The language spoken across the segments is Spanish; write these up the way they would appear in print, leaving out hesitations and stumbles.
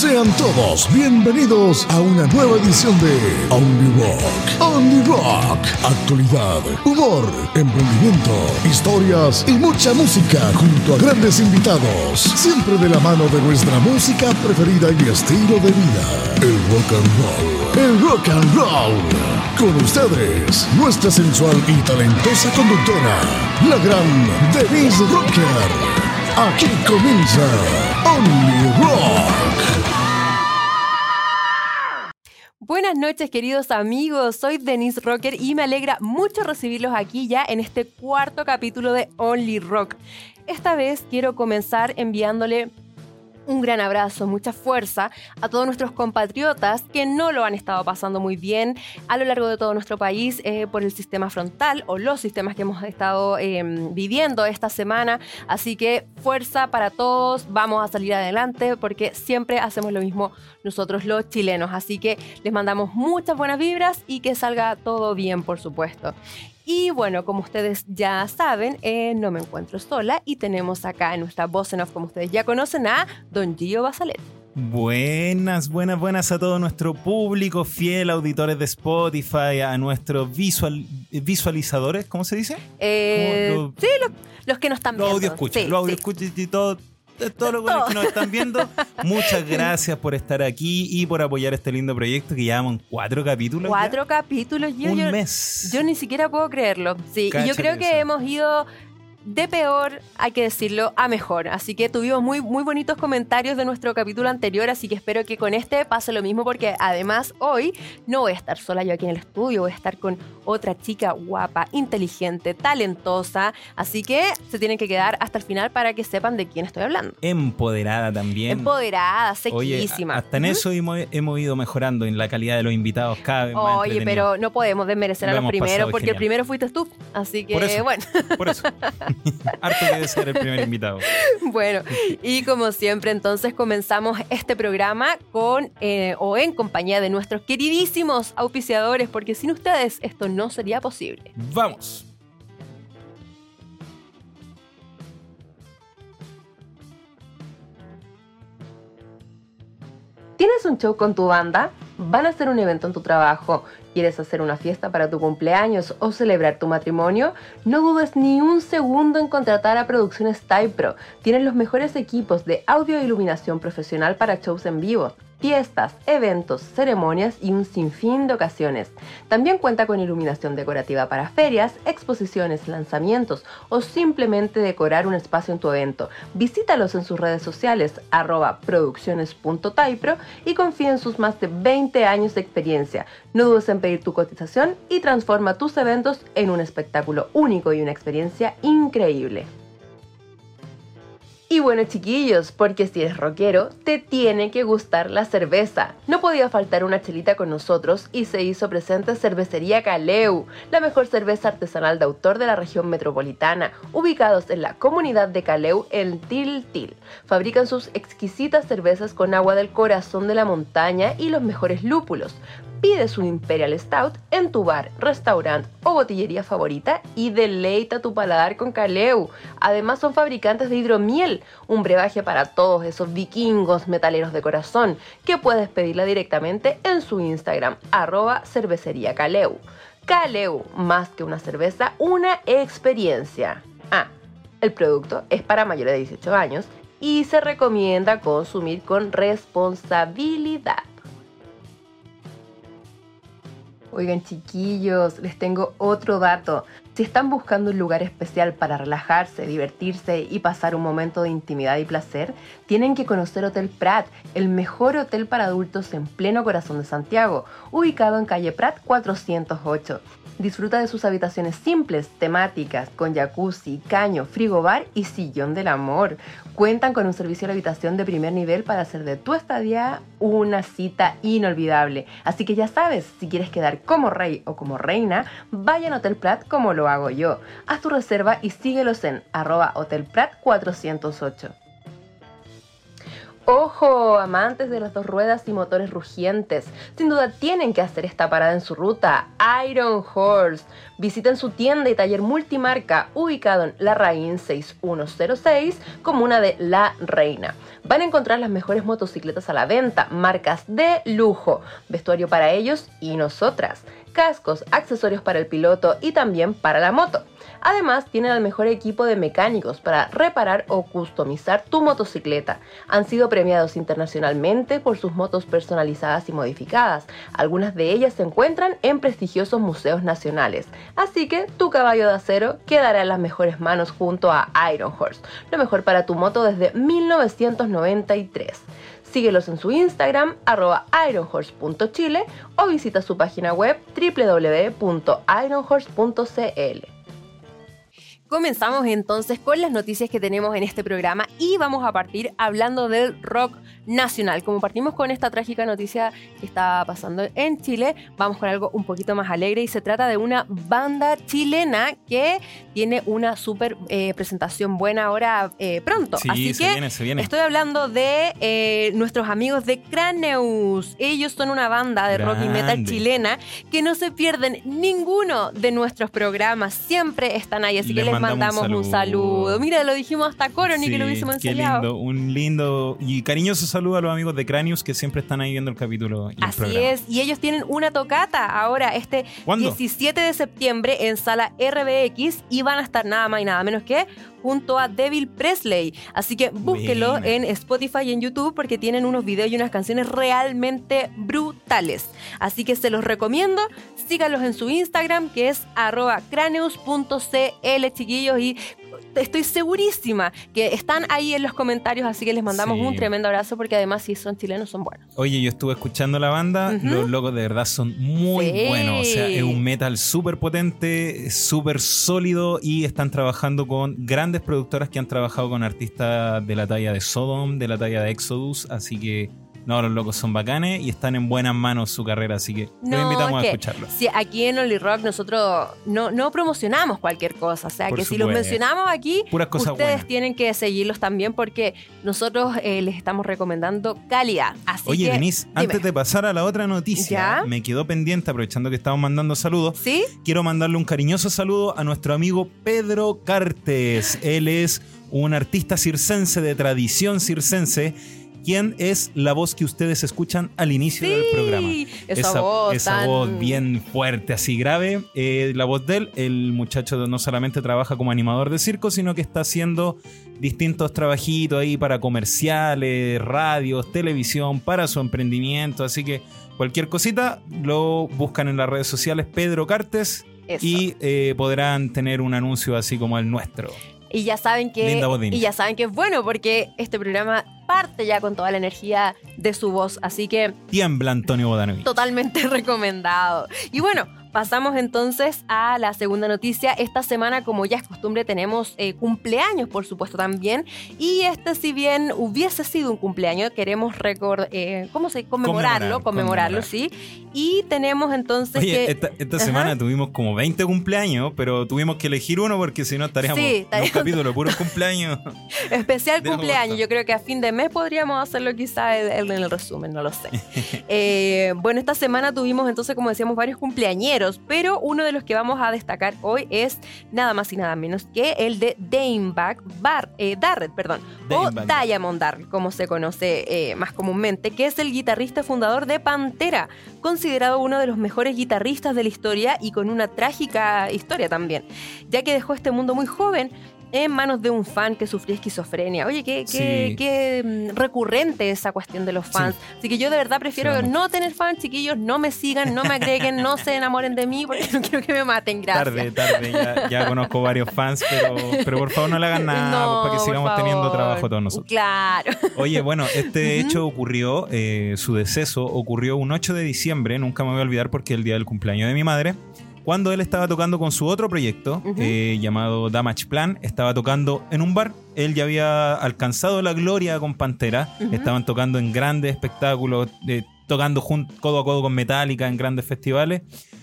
Sean todos bienvenidos a una nueva edición de Only Rock. Only Rock. Actualidad, humor, emprendimiento, historias y mucha música junto a grandes invitados. Siempre de la mano de nuestra música preferida y estilo de vida. El rock and roll. El rock and roll. Con ustedes, nuestra sensual y talentosa conductora, la gran Denise Rocker. Aquí comienza Only Rock. Buenas noches, queridos amigos. Soy Denise Rocker y me alegra mucho recibirlos aquí ya en este cuarto capítulo de Only Rock. Esta vez quiero comenzar enviándole un gran abrazo, mucha fuerza a todos nuestros compatriotas que no lo han estado pasando muy bien a lo largo de todo nuestro país por el sistema frontal o los sistemas que hemos estado viviendo esta semana. Así que fuerza para todos, vamos a salir adelante porque siempre hacemos lo mismo nosotros los chilenos. Así que les mandamos muchas buenas vibras y que salga todo bien, por supuesto. Y bueno, como ustedes ya saben, no me encuentro sola y tenemos acá en nuestra voz en off, como ustedes ya conocen, a Don Gio Basalet. Buenas a todo nuestro público fiel, auditores de Spotify, a nuestros visualizadores, ¿cómo se dice? Sí, los que nos están viendo. Los audio escuchas y todo. Todos los buenos que nos están viendo, muchas gracias por estar aquí y por apoyar este lindo proyecto que llevamos en 4 capítulos. 4 capítulos, un mes. Yo ni siquiera puedo creerlo. Sí, y yo creo que hemos ido de peor, hay que decirlo, a mejor. Así que tuvimos muy bonitos comentarios de nuestro capítulo anterior, así que espero que con este pase lo mismo, porque además hoy no voy a estar sola yo aquí en el estudio, voy a estar con otra chica guapa, inteligente, talentosa, así que se tienen que quedar hasta el final para que sepan de quién estoy hablando. Empoderada también. Empoderada, sequísima. Oye, hasta en eso hemos ido mejorando en la calidad de los invitados cada vez más. Oye, pero no podemos desmerecer a los primeros, porque genial. El primero fuiste tú, así que por eso. Harto que ser el primer invitado. Bueno, y como siempre, entonces comenzamos este programa en compañía de nuestros queridísimos auspiciadores, porque sin ustedes esto no sería posible. ¡Vamos! ¿Tienes un show con tu banda? ¿Van a hacer un evento en tu trabajo? ¿Quieres hacer una fiesta para tu cumpleaños o celebrar tu matrimonio? No dudes ni un segundo en contratar a Producciones Typro. Tienen los mejores equipos de audio e iluminación profesional para shows en vivo, fiestas, eventos, ceremonias y un sinfín de ocasiones. También cuenta con iluminación decorativa para ferias, exposiciones, lanzamientos o simplemente decorar un espacio en tu evento. Visítalos en sus redes sociales @producciones.typro y confía en sus más de 20 años de experiencia. No dudes en pedir tu cotización y transforma tus eventos en un espectáculo único y una experiencia increíble. Y bueno, chiquillos, porque si eres rockero, te tiene que gustar la cerveza. No podía faltar una chelita con nosotros y se hizo presente Cervecería Caleu, la mejor cerveza artesanal de autor de la región metropolitana, ubicados en la comunidad de Caleu en Tiltil. Fabrican sus exquisitas cervezas con agua del corazón de la montaña y los mejores lúpulos. Pide su Imperial Stout en tu bar, restaurante o botillería favorita y deleita tu paladar con Caleu. Además son fabricantes de hidromiel, un brebaje para todos esos vikingos metaleros de corazón, que puedes pedirla directamente en su Instagram, @cervecería Caleu. Caleu, más que una cerveza, una experiencia. El producto es para mayores de 18 años y se recomienda consumir con responsabilidad. Oigan, chiquillos, les tengo otro dato. Si están buscando un lugar especial para relajarse, divertirse y pasar un momento de intimidad y placer, tienen que conocer Hotel Prat, el mejor hotel para adultos en pleno corazón de Santiago, ubicado en calle Prat 408. Disfruta de sus habitaciones simples, temáticas, con jacuzzi, caño, frigobar y sillón del amor. Cuentan con un servicio de habitación de primer nivel para hacer de tu estadía una cita inolvidable. Así que ya sabes, si quieres quedar como rey o como reina, vayan a Hotel Prat como lo hago yo. Haz tu reserva y síguelos en @hotelprat408. ¡Ojo! Amantes de las dos ruedas y motores rugientes, sin duda tienen que hacer esta parada en su ruta. Iron Horse. Visiten su tienda y taller multimarca ubicado en Larraín 6106, comuna de La Reina. Van a encontrar las mejores motocicletas a la venta, marcas de lujo, vestuario para ellos y nosotras, cascos, accesorios para el piloto y también para la moto. Además, tienen el mejor equipo de mecánicos para reparar o customizar tu motocicleta. Han sido premiados internacionalmente por sus motos personalizadas y modificadas. Algunas de ellas se encuentran en prestigiosos museos nacionales. Así que tu caballo de acero quedará en las mejores manos junto a Iron Horse. Lo mejor para tu moto desde 1993. Síguelos en su Instagram, @ironhorse.chile, o visita su página web www.ironhorse.cl. Comenzamos entonces con las noticias que tenemos en este programa y vamos a partir hablando del rock nacional. Como partimos con esta trágica noticia que está pasando en Chile, vamos con algo un poquito más alegre y se trata de una banda chilena que tiene una súper presentación buena ahora pronto. Sí, así que se viene. Estoy hablando de nuestros amigos de Cráneos. Ellos son una banda de rock y metal chilena que no se pierden ninguno de nuestros programas. Siempre están ahí, así que les mandamos un saludo. Mira, lo dijimos hasta coro, ni que lo hubiésemos ensayado. Lindo, un lindo y cariñoso saludo a los amigos de Cráneos que siempre están ahí viendo el capítulo y el programa. Así es, y ellos tienen una tocata ahora ¿Cuándo? 17 de septiembre en Sala RBX y van a estar nada más y nada menos que junto a Devil Presley. Así que búsquenlo en Spotify y en YouTube porque tienen unos videos y unas canciones realmente brutales. Así que se los recomiendo. Síganlos en su Instagram, que es @craneus.cl, chiquillos, y estoy segurísima que están ahí en los comentarios, así que les mandamos un tremendo abrazo porque además si son chilenos son buenos. Oye, yo estuve escuchando la banda, los locos de verdad son muy buenos, o sea, es un metal súper potente, súper sólido y están trabajando con grandes productoras que han trabajado con artistas de la talla de Sodom, de la talla de Exodus, así que no, los locos son bacanes y están en buenas manos su carrera, así que los invitamos a escucharlos. Sí, aquí en Only Rock nosotros no promocionamos cualquier cosa, o sea, Por que supuesto. si los mencionamos aquí, puras cosas ustedes buenas. tienen que seguirlos también porque nosotros les estamos recomendando calidad. Así Oye, que, Denise, dime. antes de pasar a la otra noticia, ¿Ya? me quedó pendiente, aprovechando que estamos mandando saludos, ¿Sí? quiero mandarle un cariñoso saludo a nuestro amigo Pedro Cartes. Él es un artista circense de tradición circense, quien es la voz que ustedes escuchan al inicio del programa. Esa voz bien fuerte, así grave. La voz de él, el muchacho no solamente trabaja como animador de circo, sino que está haciendo distintos trabajitos ahí para comerciales, radios, televisión, para su emprendimiento. Así que cualquier cosita lo buscan en las redes sociales Pedro Cartes. Eso. Y podrán tener un anuncio así como el nuestro. Y ya saben que es bueno porque este programa parte ya con toda la energía de su voz, así que Tiembla Antonio Bodanovich. totalmente recomendado. Y bueno, pasamos entonces a la segunda noticia. Esta semana, como ya es costumbre, tenemos cumpleaños, por supuesto, también. Y si bien hubiese sido un cumpleaños, queremos conmemorarlo, sí. Y tenemos entonces Oye, esta semana tuvimos como 20 cumpleaños, pero tuvimos que elegir uno porque si no estaríamos en un capítulo de puros cumpleaños. Especial cumpleaños. Yo creo que a fin de mes podríamos hacerlo quizá en el resumen, no lo sé. Bueno, esta semana tuvimos entonces, como decíamos, varios cumpleañeros, pero uno de los que vamos a destacar hoy es nada más y nada menos que el de Dimebag Darrell, o Diamond Darrell, como se conoce más comúnmente, que es el guitarrista fundador de Pantera, considerado uno de los mejores guitarristas de la historia y con una trágica historia también, ya que dejó este mundo muy joven en manos de un fan que sufría esquizofrenia. Oye, qué recurrente esa cuestión de los fans. Sí. Así que yo de verdad prefiero no tener fans, chiquillos. No me sigan, no me agreguen, no se enamoren de mí porque no quiero que me maten. Gracias. Tarde. Ya conozco varios fans, pero por favor no le hagan nada para que sigamos teniendo trabajo todos nosotros. Claro. Oye, bueno, este hecho ocurrió, su deceso ocurrió un 8 de diciembre, nunca me voy a olvidar porque es el día del cumpleaños de mi madre. Cuando él estaba tocando con su otro proyecto llamado Damage Plan, estaba tocando en un bar. Él ya había alcanzado la gloria con Pantera. Estaban tocando en grandes espectáculos, tocando codo a codo con Metallica en grandes festivales.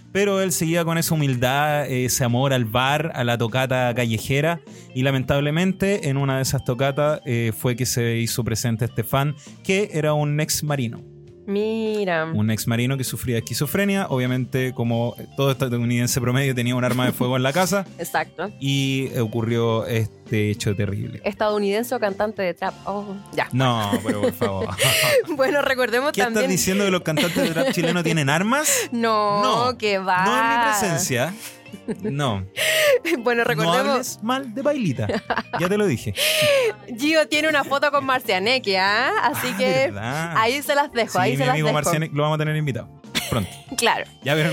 pero él seguía con esa humildad, ese amor al bar, a la tocata callejera, y lamentablemente en una de esas tocatas fue que se hizo presente este fan, que era un ex marino. Mira. Un ex marino que sufría de esquizofrenia. Obviamente, como todo estadounidense promedio, tenía un arma de fuego en la casa. Exacto. Y ocurrió este hecho terrible. ¿Estadounidense o cantante de trap? Oh, ya. No, pero por favor. Bueno, recordemos ¿Qué también... estás diciendo que los cantantes de trap chilenos tienen armas? No, que va. No en mi presencia. No. Bueno, recordemos... No hables mal de Bailita. Ya te lo dije. Gio tiene una foto con Marcianeque, ¿ah? Así que ¿verdad? ahí se las dejo, Sí, ahí se mi las amigo dejo. Marcianek lo vamos a tener invitado pronto. Claro. Ya, pero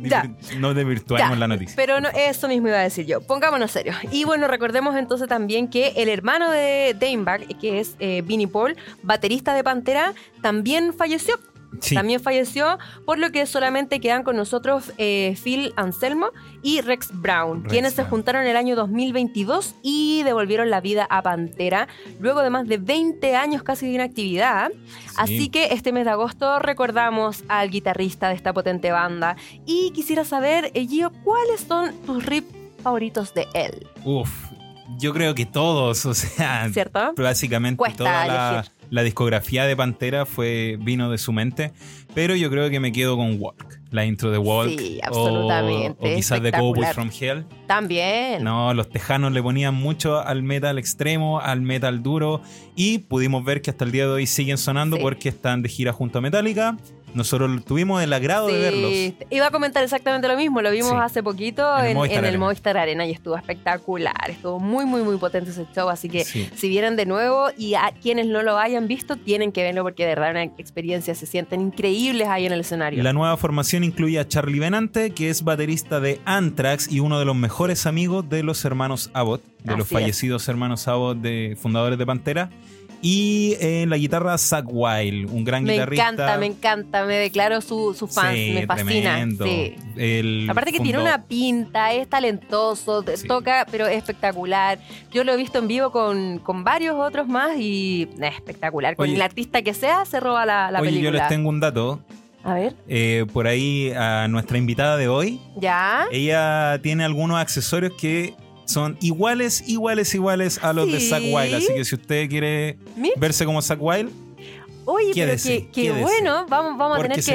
no desvirtuamos la noticia. Pero no, eso mismo iba a decir yo. Pongámonos serios. Y bueno, recordemos entonces también que el hermano de Dimebag, que es Vinnie Paul, baterista de Pantera, también falleció. Sí. También falleció, por lo que solamente quedan con nosotros Phil Anselmo y Rex Brown, quienes se juntaron en el año 2022 y devolvieron la vida a Pantera luego de más de 20 años casi de inactividad. Sí. Así que este mes de agosto recordamos al guitarrista de esta potente banda. Y quisiera saber, Gio, ¿cuáles son tus riffs favoritos de él? Yo creo que todos, o sea, ¿cierto? Básicamente Cuesta toda la discografía de Pantera vino de su mente, pero yo creo que me quedo con Walk, la intro de Walk. Sí, absolutamente. O quizás de Cowboys from Hell. También. No, los tejanos le ponían mucho al metal extremo, al metal duro, y pudimos ver que hasta el día de hoy siguen sonando porque están de gira junto a Metallica. Nosotros tuvimos el agrado de verlos. Iba a comentar exactamente lo mismo. Lo vimos hace poquito en el Movistar Arena y estuvo espectacular. Estuvo muy, muy, muy potente ese show. Así que si vienen de nuevo y a quienes no lo hayan visto, tienen que verlo porque de verdad una experiencia. Se sienten increíbles ahí en el escenario. La nueva formación incluye a Charlie Benante, que es baterista de Anthrax y uno de los mejores amigos de los hermanos Abbott, de los fallecidos hermanos Abbott, fundadores de Pantera. Y en la guitarra, Zakk Wylde, un gran guitarrista. Me encanta, me declaro su fan, me fascina. Tremendo. Sí. Aparte que tiene una pinta, es talentoso, toca, pero es espectacular. Yo lo he visto en vivo con varios otros más y es espectacular. Con el artista que sea, se roba la película. Yo les tengo un dato. A ver. Por ahí, a nuestra invitada de hoy. ¿Ya? Ella tiene algunos accesorios que son iguales a los de Zakk Wylde. Así que si usted quiere verse como Zakk Wylde, oye, quédese, pero qué bueno, vamos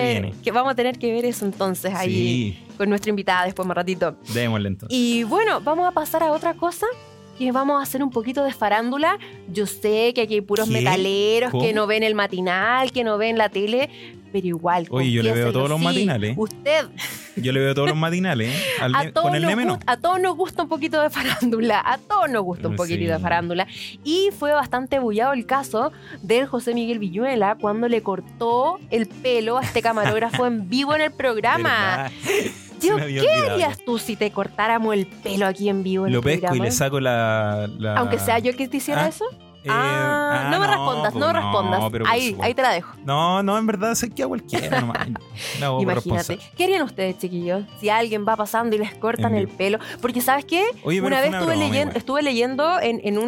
a tener que ver eso entonces ahí con nuestra invitada después más ratito. Démosle entonces. Y bueno, vamos a pasar a otra cosa. Que vamos a hacer un poquito de farándula. Yo sé que aquí hay puros metaleros que no ven el matinal, que no ven la tele, pero igual. Oye, yo le veo todos los matinales. Usted. Yo le veo todos los matinales. Con el Neme no. A todos nos gusta un poquito de farándula. A todos nos gusta un poquitito de farándula. Y fue bastante bullado el caso del José Miguel Viñuela cuando le cortó el pelo a este camarógrafo en vivo en el programa. Tío, ¿qué harías tú si te cortáramos el pelo aquí en vivo en el programa? Lo pesco y le saco la... Aunque sea yo el que te hiciera eso. No me respondas. Ahí te la dejo. No, en verdad sé que a cualquiera nomás. Imagínate. ¿Qué harían ustedes, chiquillos? Si alguien va pasando y les cortan el pelo. Porque, ¿sabes qué? Oye, una vez estuve leyendo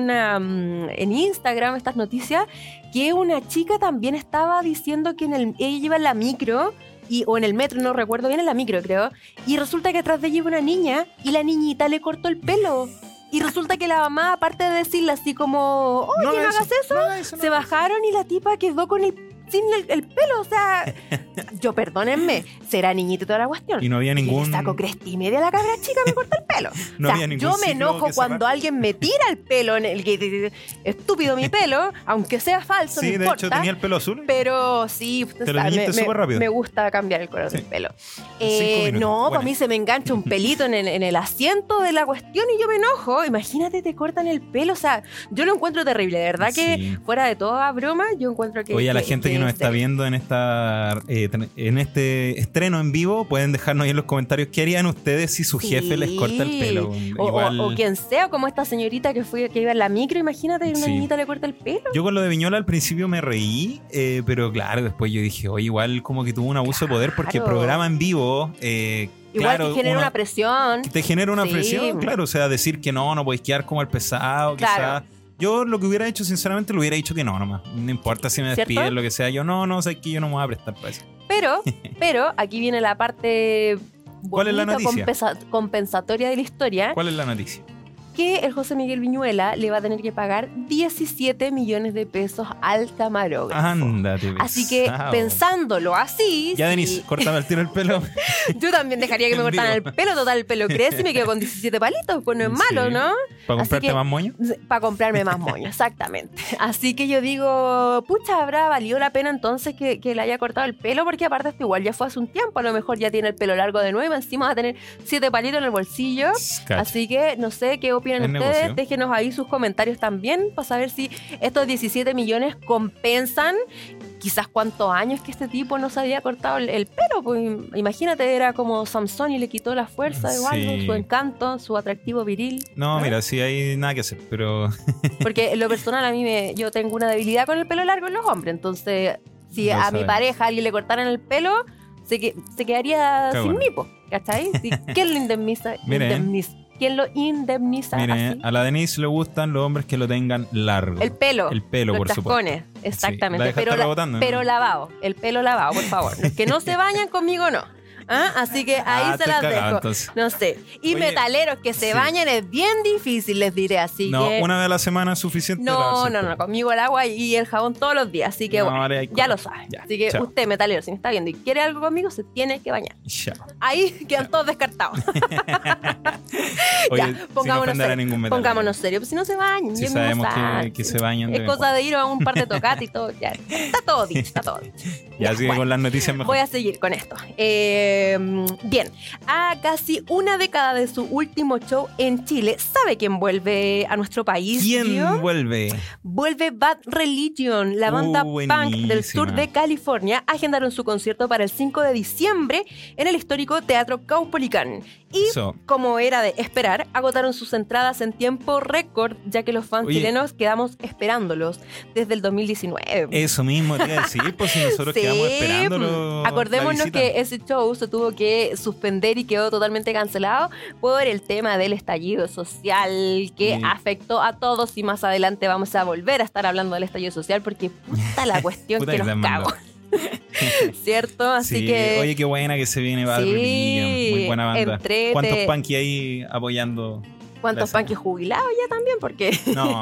en Instagram estas noticias que una chica también estaba diciendo que ella iba en la micro o en el metro, no recuerdo bien, en la micro creo, y resulta que atrás de ella iba una niña y la niñita le cortó el pelo. Y resulta que la mamá, aparte de decirle así como, oye, no hagas eso, se bajaron y la tipa quedó con sin el pelo, o sea, yo perdónenme, será niñita y toda la cuestión. Y no había ningún... Le saco cresta y media a la cabra chica, me corta el pelo. No, o sea, había ningún yo me enojo cuando alguien me tira el pelo, estúpido mi pelo, aunque sea falso, no importa. Sí, de hecho tenía el pelo azul. Pero sí, te lo teñiste súper rápido. Me gusta cambiar el color del pelo. No, para mí se me engancha un pelito en el asiento de la cuestión y yo me enojo. Imagínate, te cortan el pelo, o sea, yo lo encuentro terrible, de verdad que fuera de toda broma, yo encuentro que... Oye, a la gente que nos está viendo en este estreno en vivo, pueden dejarnos ahí en los comentarios qué harían ustedes si su jefe les corta el pelo. O quien sea, como esta señorita que iba en la micro, imagínate, una niñita le corta el pelo. Yo con lo de Viñola al principio me reí, pero claro, después yo dije, oye, igual como que tuvo un abuso de poder porque el programa en vivo... Igual te genera una presión. Te genera una presión, claro, o sea, decir que no podéis quedar como el pesado, quizás... Yo lo que hubiera hecho, sinceramente, lo hubiera dicho que no nomás. No importa si me despiden, lo que sea. Yo no sé que yo no me voy a prestar para eso. Pero aquí viene la parte ¿Cuál es la noticia? Compensatoria de la historia. ¿Cuál es la noticia? Que el José Miguel Viñuela le va a tener que pagar 17 millones de pesos al camarógrafo. Ándate, así que, pensándolo así... Ya, Denise, córtame al tiro el pelo. Yo también dejaría que me cortaran el pelo. Total, el pelo crece y me quedo con 17 palitos. Pues no es malo, ¿no? ¿Para comprarte más moño? Para comprarme más moño, exactamente. Así que yo digo, pucha, ¿habrá valido la pena entonces que le haya cortado el pelo? Porque aparte esto igual ya fue hace un tiempo. A lo mejor ya tiene el pelo largo de nuevo. Encima va a tener 7 palitos en el bolsillo. Cacha. Así que no sé qué opinan ustedes. Negocio. Déjenos ahí sus comentarios también para saber si estos 17 millones compensan quizás cuántos años que este tipo no se había cortado el pelo. Pues imagínate, era como Samson y le quitó la fuerza de algo, su encanto, su atractivo viril. No, mira, sí hay nada que hacer, pero... Porque en lo personal a mí yo tengo una debilidad con el pelo largo en los hombres, entonces si a mi pareja alguien le cortaran el pelo, se quedaría sin mí, ¿cachai? ¿Quién lo indemniza? ¿Quién lo indemniza? Mire, así? A la Denise le gustan los hombres que lo tengan largo. El pelo. El pelo, los por chascones, supuesto. exactamente. Sí, pero lavado. El pelo lavado, por favor. Los que no se bañan conmigo, no. Así que ahí se las dejo. Entonces. No sé. Y oye, metaleros que se bañan es bien difícil, les diré. Así que... una vez a la semana es suficiente. No. Conmigo el agua y el jabón todos los días. Así que ya lo saben. Así que usted, metalero, si me está viendo y quiere algo conmigo, se tiene que bañar. Chao. Ahí quedan todos descartados. Oye, ya, pongámonos serios. Pues si no se bañan. Si sabemos que se bañan. Es cosa de ir a un par de tocates y todo. Ya. Está todo dicho, Ya sigue con las noticias mejor. Voy a seguir con esto. Bien, a casi una década de su último show en Chile, ¿sabe quién vuelve a nuestro país? ¿Quién vuelve? Vuelve Bad Religion, la banda punk del sur de California. Agendaron su concierto para el 5 de diciembre en el histórico Teatro Caupolicán. Y, como era de esperar, agotaron sus entradas en tiempo récord, ya que los fans chilenos quedamos esperándolos desde el 2019. Eso mismo te iba a decir, pues si nosotros quedamos esperándolo. Acordémonos que ese show se tuvo que suspender y quedó totalmente cancelado por el tema del estallido social que afectó a todos, y más adelante vamos a volver a estar hablando del estallido social porque puta la cuestión que nos cago. ¿Cierto? Así que... Oye, qué buena que se viene Bad Religion. Muy buena banda. ¿Cuántos punky ahí apoyando? ¿Cuántos punkies jubilados ya también? Porque no.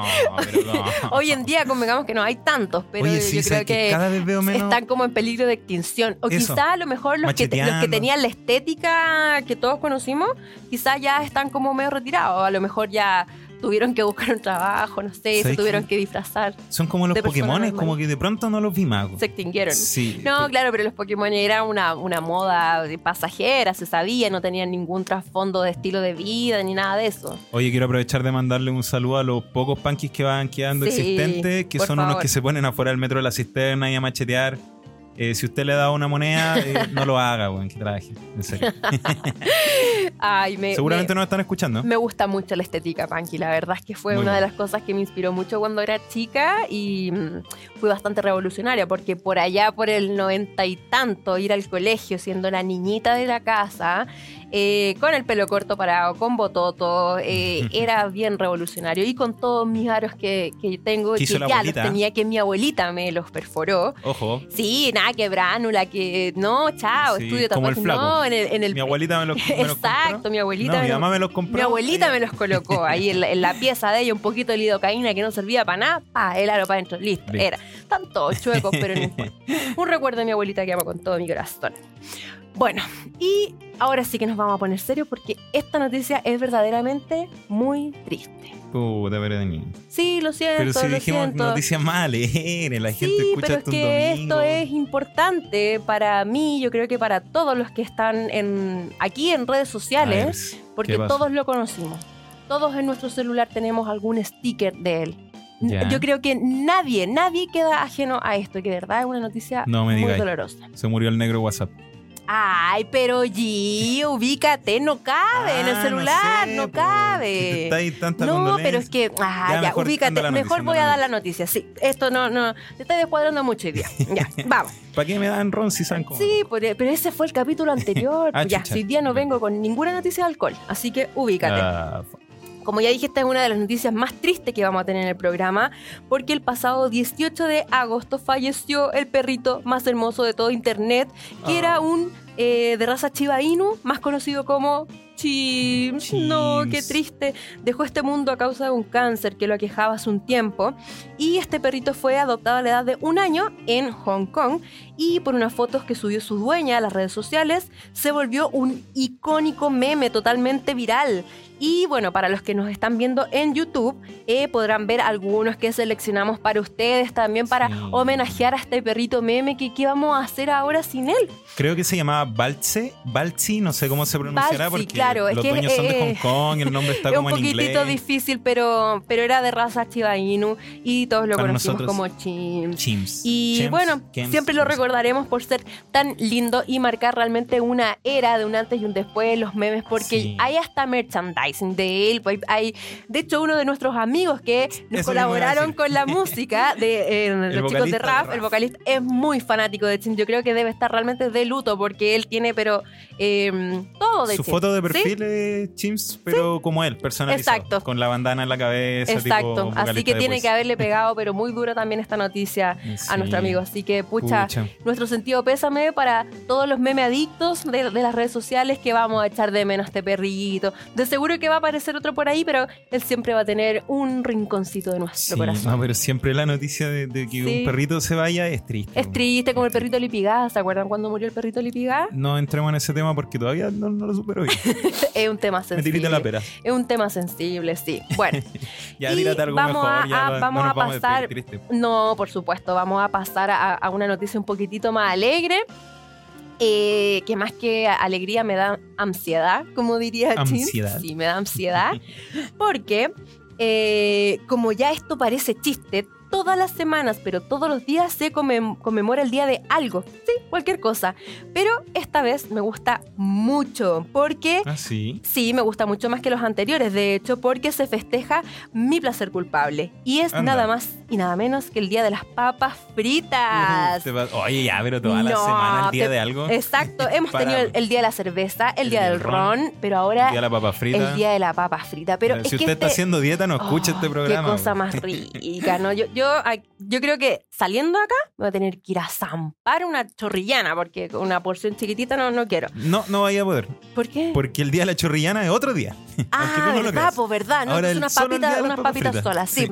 Hoy en día convengamos que no hay tantos, pero oye, yo creo que cada vez veo menos... están como en peligro de extinción. O quizá a lo mejor los que tenían la estética que todos conocimos, quizá ya están como medio retirados. A lo mejor ya tuvieron que buscar un trabajo, no sé, se tuvieron que disfrazar. Son como los Pokémones, como que de pronto no los vi más. Se extinguieron. Sí. No, claro, pero los Pokémon era una moda pasajera, se sabía, no tenían ningún trasfondo de estilo de vida ni nada de eso. Oye, quiero aprovechar de mandarle un saludo a los pocos punkies que van quedando existentes, que son unos que se ponen afuera del metro de la cisterna y a machetear. Si usted le da una moneda, no lo haga, weón, que trabaje, en serio. Seguramente nos están escuchando. Me gusta mucho la estética punky, la verdad es que fue una de las cosas que me inspiró mucho cuando era chica y fui bastante revolucionaria, porque por allá, por el 90 y tanto, ir al colegio siendo la niñita de la casa, con el pelo corto parado, con bototo, era bien revolucionario, y con todos mis aros que tengo, que ya los tenía, que mi abuelita me los perforó. Ojo. Sí, nada, que bránula, que no, chao, estudio tatuaje, no, en el mi abuelita me los exacto, mi abuelita mi mamá me los compró. Mi abuelita me los colocó ahí en la pieza de ella, un poquito de lidocaína que no servía para nada, el aro para adentro, listo, era. Están todos chuecos, pero no importa. Un recuerdo de mi abuelita que amo con todo mi corazón. Bueno, y ahora sí que nos vamos a poner serios porque esta noticia es verdaderamente muy triste. Puta, pero de mí. Sí, lo siento. Pero si dijimos noticias más alegres, la gente escucha esto un domingo. Sí, pero es que esto es importante para mí, yo creo que para todos los que están aquí en redes sociales, porque todos lo conocimos. Todos en nuestro celular tenemos algún sticker de él. Ya. Yo creo que nadie queda ajeno a esto, que de verdad es una noticia muy dolorosa. Se murió el negro WhatsApp. Ay, pero G, ubícate, no cabe en el celular, no cabe. No, pero es que, ya ubícate, mejor voy a dar la noticia. Sí, esto no, te estoy descuadrando mucho hoy día. Ya, vamos. ¿Para qué me dan ron si saben cómo? Sí, pero ese fue el capítulo anterior. Ya, hoy día no vengo con ninguna noticia de alcohol, así que ubícate. Como ya dije, esta es una de las noticias más tristes que vamos a tener en el programa, porque el pasado 18 de agosto falleció el perrito más hermoso de todo internet, que era un de raza Shiba Inu, más conocido como Chimps. No, qué triste. Dejó este mundo a causa de un cáncer que lo aquejaba hace un tiempo. Y este perrito fue adoptado a la edad de 1 año en Hong Kong. Y por unas fotos que subió su dueña a las redes sociales, se volvió un icónico meme totalmente viral. Y bueno, para los que nos están viendo en YouTube, podrán ver algunos que seleccionamos para ustedes también para homenajear a este perrito meme. ¿Qué vamos a hacer ahora sin él? Creo que se llamaba Baltzi, no sé cómo se pronunciará, Baltzi, porque claro, los dueños son de Hong Kong, el nombre está como en inglés. Es un poquitito difícil, pero era de raza Shiba Inu y todos lo para conocimos como Chimps. Y bueno, siempre lo recordaremos por ser tan lindo y marcar realmente una era de un antes y un después de los memes, porque hay hasta merchandising de él. Hay, de hecho, uno de nuestros amigos que nos colaboraron con la música de los chicos de Raf, el vocalista, es muy fanático de Chimps. Yo creo que debe estar realmente de luto porque él tiene, pero todo de su Chimps. foto de perfil es Chimps, pero como él, personalizado. Exacto. Con la bandana en la cabeza. Exacto. Tipo así que tiene que haberle pegado, pero muy dura también esta noticia a nuestro amigo. Así que, pucha, nuestro sentido pésame para todos los meme adictos de las redes sociales, que vamos a echar de menos a este perrito. De seguro que va a aparecer otro por ahí, pero él siempre va a tener un rinconcito de nuestro corazón. No, pero siempre la noticia de que un perrito se vaya es triste. Es triste, como el perrito Lipigá. ¿Se acuerdan cuando murió el perrito Lipigá? No entremos en ese tema porque todavía no lo supero bien. Es un tema sensible. Me tirita la pera. Es un tema sensible, sí. Bueno. Ya tírate algo mejor. Vamos a pasar. No, por supuesto. Vamos a pasar a una noticia un poquitito más alegre. Que más que alegría me da ansiedad, como diría Chimps. Sí, me da ansiedad. Porque como ya esto parece chiste, todas las semanas, pero todos los días se conmemora el día de algo. Sí, cualquier cosa. Pero esta vez me gusta mucho porque... ¿Ah, sí? Sí, me gusta mucho más que los anteriores, de hecho, porque se festeja mi placer culpable. Y es nada más y nada menos que el día de las papas fritas. Oye, ya, pero toda la semana el día de algo. Exacto, hemos tenido el día de la cerveza, el día del ron, pero ahora... El día de la papa frita. El día de la papa frita. Pero si usted está haciendo dieta, no escuche este programa. Qué cosa más rica, ¿no? Yo creo que saliendo de acá me voy a tener que ir a zampar una chorrillana, porque con una porción chiquitita no quiero. No vaya a poder. ¿Por qué? Porque el día de la chorrillana es otro día. Verdad, pues verdad, ¿no? Ahora es unas papitas solas, sí.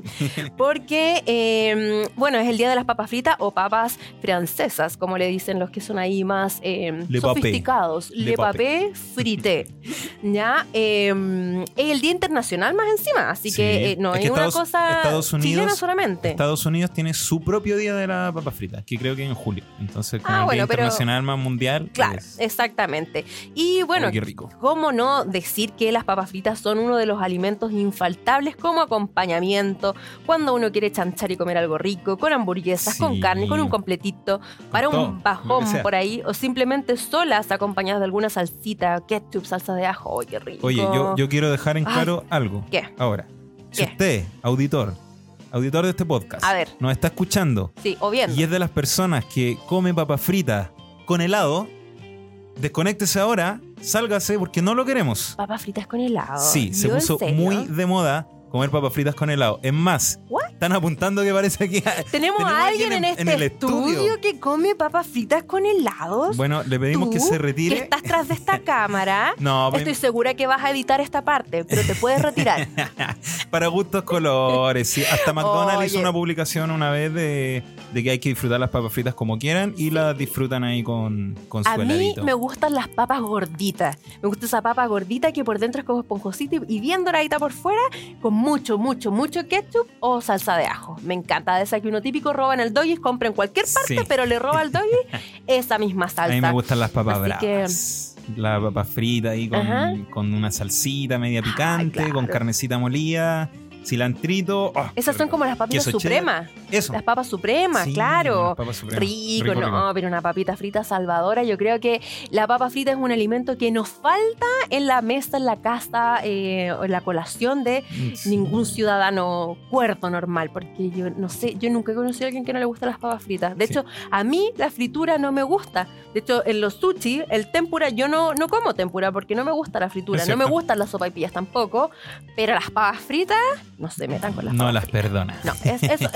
Porque, bueno, es el día de las papas fritas o papas francesas, como le dicen los que son ahí más sofisticados. Le papé frité. ¿Ya? Es el día internacional más encima, así que no es una cosa chilena solamente. Estados Unidos tiene su propio día de la papa frita, que creo que en julio. Entonces, como el día internacional más mundial. Claro, exactamente. Y bueno, qué rico. ¿Cómo no decir que las papas fritas son uno de los alimentos infaltables como acompañamiento cuando uno quiere chanchar y comer algo rico, con hamburguesas, con carne, con un completito, para un bajón por ahí, o simplemente solas acompañadas de alguna salsita, ketchup, salsa de ajo? ¡Ay, qué rico! Oye, yo quiero dejar en claro algo. ¿Qué? Ahora, si usted, auditor de este podcast, nos está escuchando, o viendo, y es de las personas que come papas fritas con helado, desconéctese ahora, sálgase porque no lo queremos. ¿Papas fritas con helado? Sí, se puso muy de moda comer papas fritas con helado. Es más, están apuntando que parece que tenemos a alguien en este estudio que come papas fritas con helados. Bueno, le pedimos que se retire. Que estás tras de esta cámara. No, estoy segura que vas a editar esta parte, pero te puedes retirar. Para gustos colores, sí. Hasta McDonald's hizo una publicación una vez de que hay que disfrutar las papas fritas como quieran y las disfrutan ahí con su heladito. A mí me gustan las papas gorditas. Me gusta esa papa gordita que por dentro es como esponjosita y bien doradita por fuera, con mucho ketchup o salsa de ajo. Me encanta de esa que uno típico roba en el Doggies, compra en cualquier parte, pero le roba al Doggies esa misma salsa. A mí me gustan las papas bravas. La papa frita ahí con una salsita media picante, con carnecita molida, cilantrito. Esas son como las papitas supremas. Eso. Las papas supremas, claro. Papas supremas. Rico, pero una papita frita salvadora. Yo creo que la papa frita es un alimento que nos falta en la mesa, en la casa, o en la colación de ningún ciudadano cuerdo normal. Porque yo no sé, yo nunca he conocido a alguien que no le gusta las papas fritas. De hecho, a mí la fritura no me gusta. De hecho, en los sushi, el tempura, yo no como tempura porque no me gusta la fritura. No me gustan las sopaipillas tampoco. Pero las papas fritas no se metan con las papas fritas. No las perdona. No, eso sí que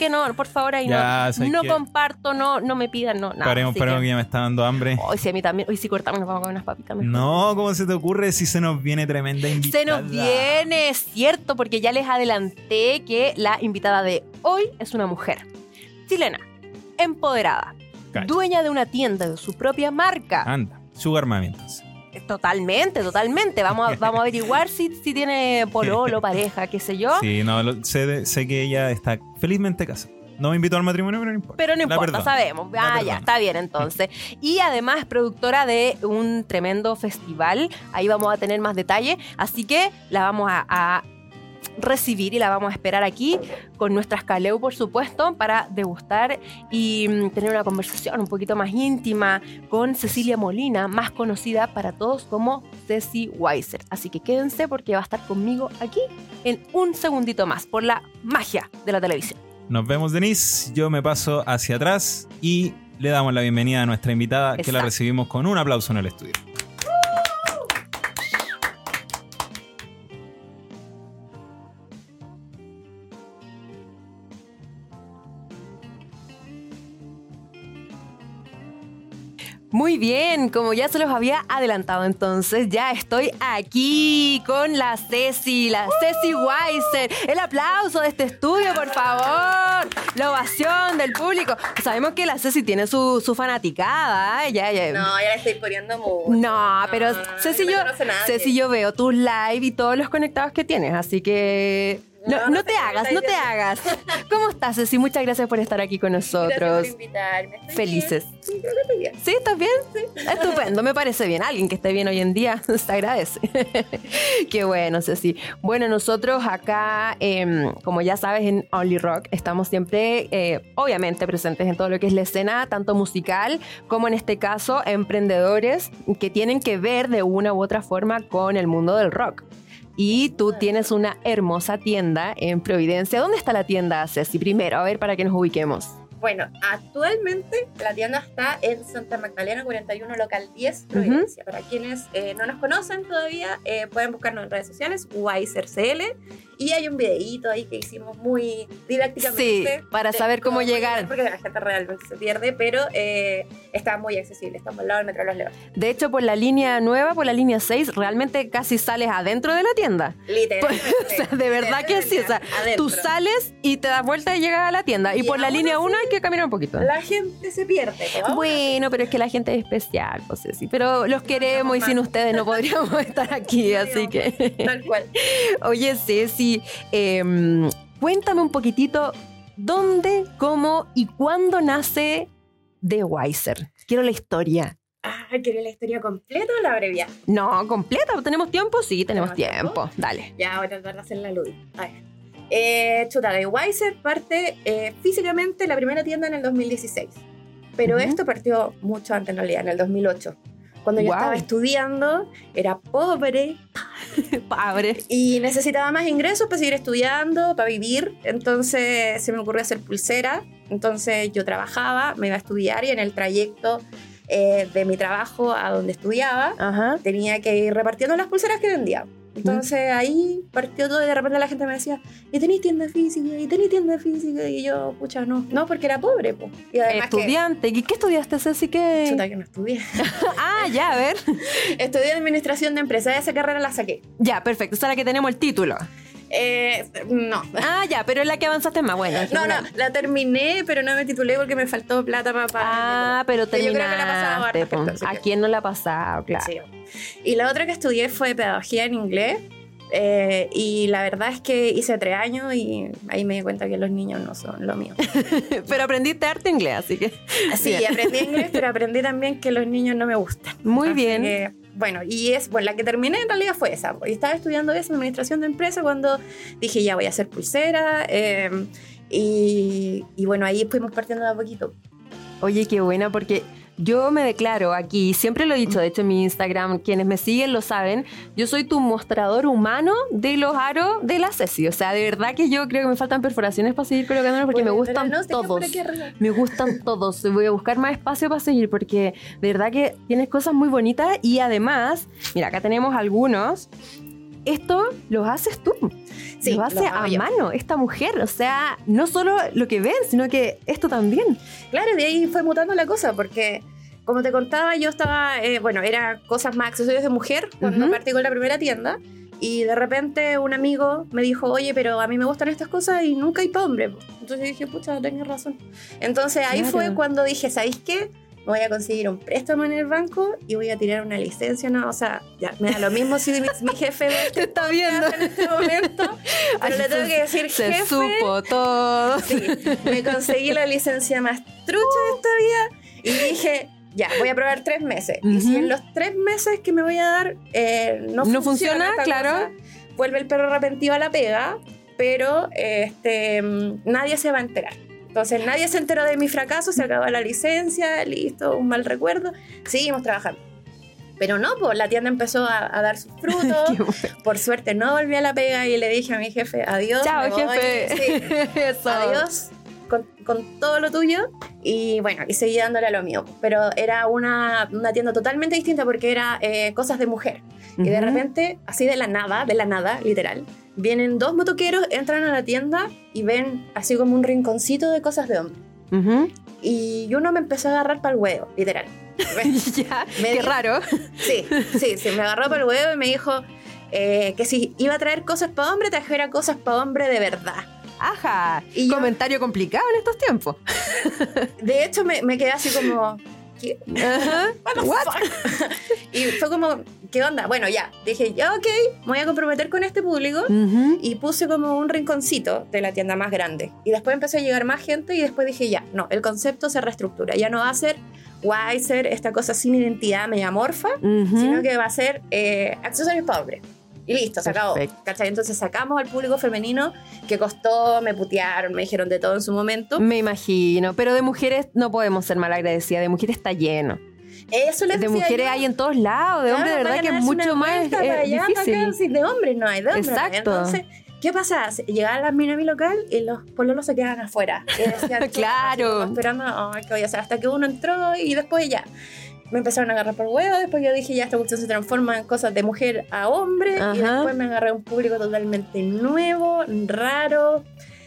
que no, por favor, ahí ya, no comparto, no me pidan, no, nada. Paremos que ya me está dando hambre. Hoy sí, a mí también. Hoy sí cortamos, nos vamos a comer unas papitas mejor. No, ¿cómo se te ocurre si se nos viene tremenda invitada? Se nos viene, es cierto, porque ya les adelanté que la invitada de hoy es una mujer chilena, empoderada, dueña de una tienda de su propia marca. Anda, Sugar Mami entonces. Totalmente. Vamos a averiguar si tiene pololo, pareja, qué sé yo. Sí, no, sé que ella está felizmente casada. No me invitó al matrimonio, pero no importa. Pero no importa, sabemos. Ya, está bien entonces. Y además es productora de un tremendo festival. Ahí vamos a tener más detalle. Así que la vamos a recibir y la vamos a esperar aquí con nuestras Caleu, por supuesto, para degustar y tener una conversación un poquito más íntima con Cecilia Molina, más conocida para todos como Ceci Weiser. Así que quédense porque va a estar conmigo aquí en un segundito más por la magia de la televisión. Nos vemos, Denise. Yo me paso hacia atrás y le damos la bienvenida a nuestra invitada. Exacto. Que la recibimos con un aplauso en el estudio. Muy bien, como ya se los había adelantado, entonces ya estoy aquí con la Ceci Weiser. El aplauso de este estudio, por favor. La ovación del público. Sabemos que la Ceci tiene su fanaticada. Ya. No, ya la estoy poniendo mucho. No, pero Ceci, yo veo tus live y todos los conectados que tienes, así que... No te hagas. ¿Cómo estás, Ceci? Muchas gracias por estar aquí con nosotros. Gracias por invitarme. Felices. Bien. Sí, creo que estoy bien. ¿Sí? ¿Estás bien? Sí. Estupendo, me parece bien. Alguien que esté bien hoy en día se agradece. Qué bueno, Ceci. Bueno, nosotros acá, como ya sabes, en Only Rock estamos siempre, obviamente, presentes en todo lo que es la escena, tanto musical como en este caso, emprendedores que tienen que ver de una u otra forma con el mundo del rock. Y tú tienes una hermosa tienda en Providencia. ¿Dónde está la tienda, Ceci? Primero, a ver, para que nos ubiquemos. Bueno, actualmente la tienda está en Santa Magdalena 41, local 10, Providencia. Para quienes no nos conocen todavía, pueden buscarnos en redes sociales, WeiserCL, y hay un videíto ahí que hicimos muy didácticamente. Sí, para saber cómo llegar. Porque la gente realmente se pierde, pero está muy accesible, estamos al lado del Metro de los Leones. De hecho, por la línea nueva, por la línea 6, realmente casi sales adentro de la tienda. Literalmente. O sea, de verdad que sí. O sea, tú sales y te das vuelta y llegas a la tienda. Y por la línea 1 hay que caminar un poquito. La gente se pierde. Bueno, pero es que la gente es especial, pues sí. Pero los queremos y sin ustedes no podríamos estar aquí, así que... Tal cual. Oye, Ceci, cuéntame un poquitito dónde, cómo y cuándo nace The Weiser. Quiero la historia. ¿Querés la historia completa o la brevia? No, completa. ¿Tenemos tiempo? Sí, tenemos tiempo. Dale. Ya, voy a tratar de hacer la luz. A ver. The Weiser parte físicamente la primera tienda en el 2016. Pero esto partió mucho antes en realidad, en el 2008. Cuando yo estaba estudiando, era pobre. Y necesitaba más ingresos para seguir estudiando, para vivir. Entonces se me ocurrió hacer pulsera. Entonces yo trabajaba, me iba a estudiar y en el trayecto de mi trabajo a donde estudiaba, tenía que ir repartiendo las pulseras que vendía. Entonces ahí partió todo y de repente la gente me decía, ¿y tenés tienda física? ¿Y tenés tienda física? Y yo, pucha, no, porque era pobre, po. Y además estudiante. ¿Y qué estudiaste, Ceci? Chuta, que no estudié. Ya, a ver. Estudié administración de empresas, esa carrera la saqué. Ya, perfecto, esa es la que tenemos el título. No. Ya, pero es la que avanzaste más. Bueno, no, la terminé, pero no me titulé porque me faltó plata para pero terminaste. Yo creo que la pasaba harta. ¿A quién no la ha pasado? Claro. Sí. Y la otra que estudié fue pedagogía en inglés. Y la verdad es que hice 3 años y ahí me di cuenta que los niños no son lo mío. Pero aprendiste arte inglés, así que... Sí, aprendí inglés, pero aprendí también que los niños no me gustan. Muy bien. Que, bueno, la que terminé en realidad fue esa. Y estaba estudiando eso en administración de empresa cuando dije, ya voy a hacer pulsera. Y bueno, ahí fuimos partiendo de a poquito. Oye, qué buena, porque... Yo me declaro aquí, siempre lo he dicho, de hecho en mi Instagram, quienes me siguen lo saben, yo soy tu mostrador humano de los aros de la Ceci. O sea, de verdad que yo creo que me faltan perforaciones para seguir colocándolos porque me gustan todos. Me gustan todos. Voy a buscar más espacio para seguir porque de verdad que tienes cosas muy bonitas y además, mira, acá tenemos algunos esto lo haces tú. Sí, lo hace a mano esta mujer. O sea, no solo lo que ven, sino que esto también. Claro, de ahí fue mutando la cosa, porque como te contaba, yo estaba, era cosas más accesorios de mujer cuando partí con la primera tienda. Y de repente un amigo me dijo, oye, pero a mí me gustan estas cosas y nunca hay para hombre. Entonces dije, pucha, tenés razón. Entonces ahí fue cuando dije, ¿sabéis qué? Me voy a conseguir un préstamo en el banco y voy a tirar una licencia, ¿no? O sea, ya me da lo mismo si mi jefe te está viendo en este momento, pero le tengo que decir, se jefe. Se supo todo. Sí, me conseguí la licencia más trucha de esta vida y dije, ya, voy a probar 3 meses. Y si en los 3 meses que me voy a dar no funciona, claro. Cosa, vuelve el perro arrepentido a la pega, pero nadie se va a enterar. Entonces nadie se enteró de mi fracaso, se acabó la licencia, listo, un mal recuerdo. Seguimos trabajando. Pero no, pues la tienda empezó a dar sus frutos. Por suerte no volví a la pega y le dije a mi jefe, adiós. Chao, jefe. Sí, eso. Adiós. Con todo lo tuyo y bueno, y seguí dándole a lo mío, pero era una tienda totalmente distinta porque era cosas de mujer y de repente, así de la nada, literal, vienen 2 motoqueros, entran a la tienda y ven así como un rinconcito de cosas de hombre y uno me empezó a agarrar para el huevo, literal. Ya, qué raro. Sí, me agarró para el huevo y me dijo que si iba a traer cosas para hombre, trajera cosas para hombre de verdad. Ajá, y comentario complicado en estos tiempos. De hecho, me quedé así como... ¿qué? What? Y fue como, ¿qué onda? Bueno, ya, dije, ya, ok, me voy a comprometer con este público y puse como un rinconcito de la tienda más grande. Y después empezó a llegar más gente y después dije, ya, no, el concepto se reestructura. Ya no va a ser Weiser, esta cosa sin identidad media morfa, sino que va a ser accesorios para hombres. Y listo, se acabó. ¿Cachai? Entonces sacamos al público femenino, que costó, me putearon, me dijeron de todo en su momento. Me imagino, pero de mujeres no podemos ser malagradecidas, de mujeres está lleno. Eso les de mujeres hay en todos lados, de hombres de verdad que es mucho más difícil. De hombres no hay, de hombres. Exacto. Entonces, ¿qué pasa? Llegaban las minas a mi local y los pololos se quedaban afuera. Y decían, claro. Esperando, ¿qué voy a hacer? Hasta que uno entró y después ya. Me empezaron a agarrar por huevo, después yo dije, ya esta cuestión se transforma en cosas de mujer a hombre, y después me agarré a un público totalmente nuevo, raro.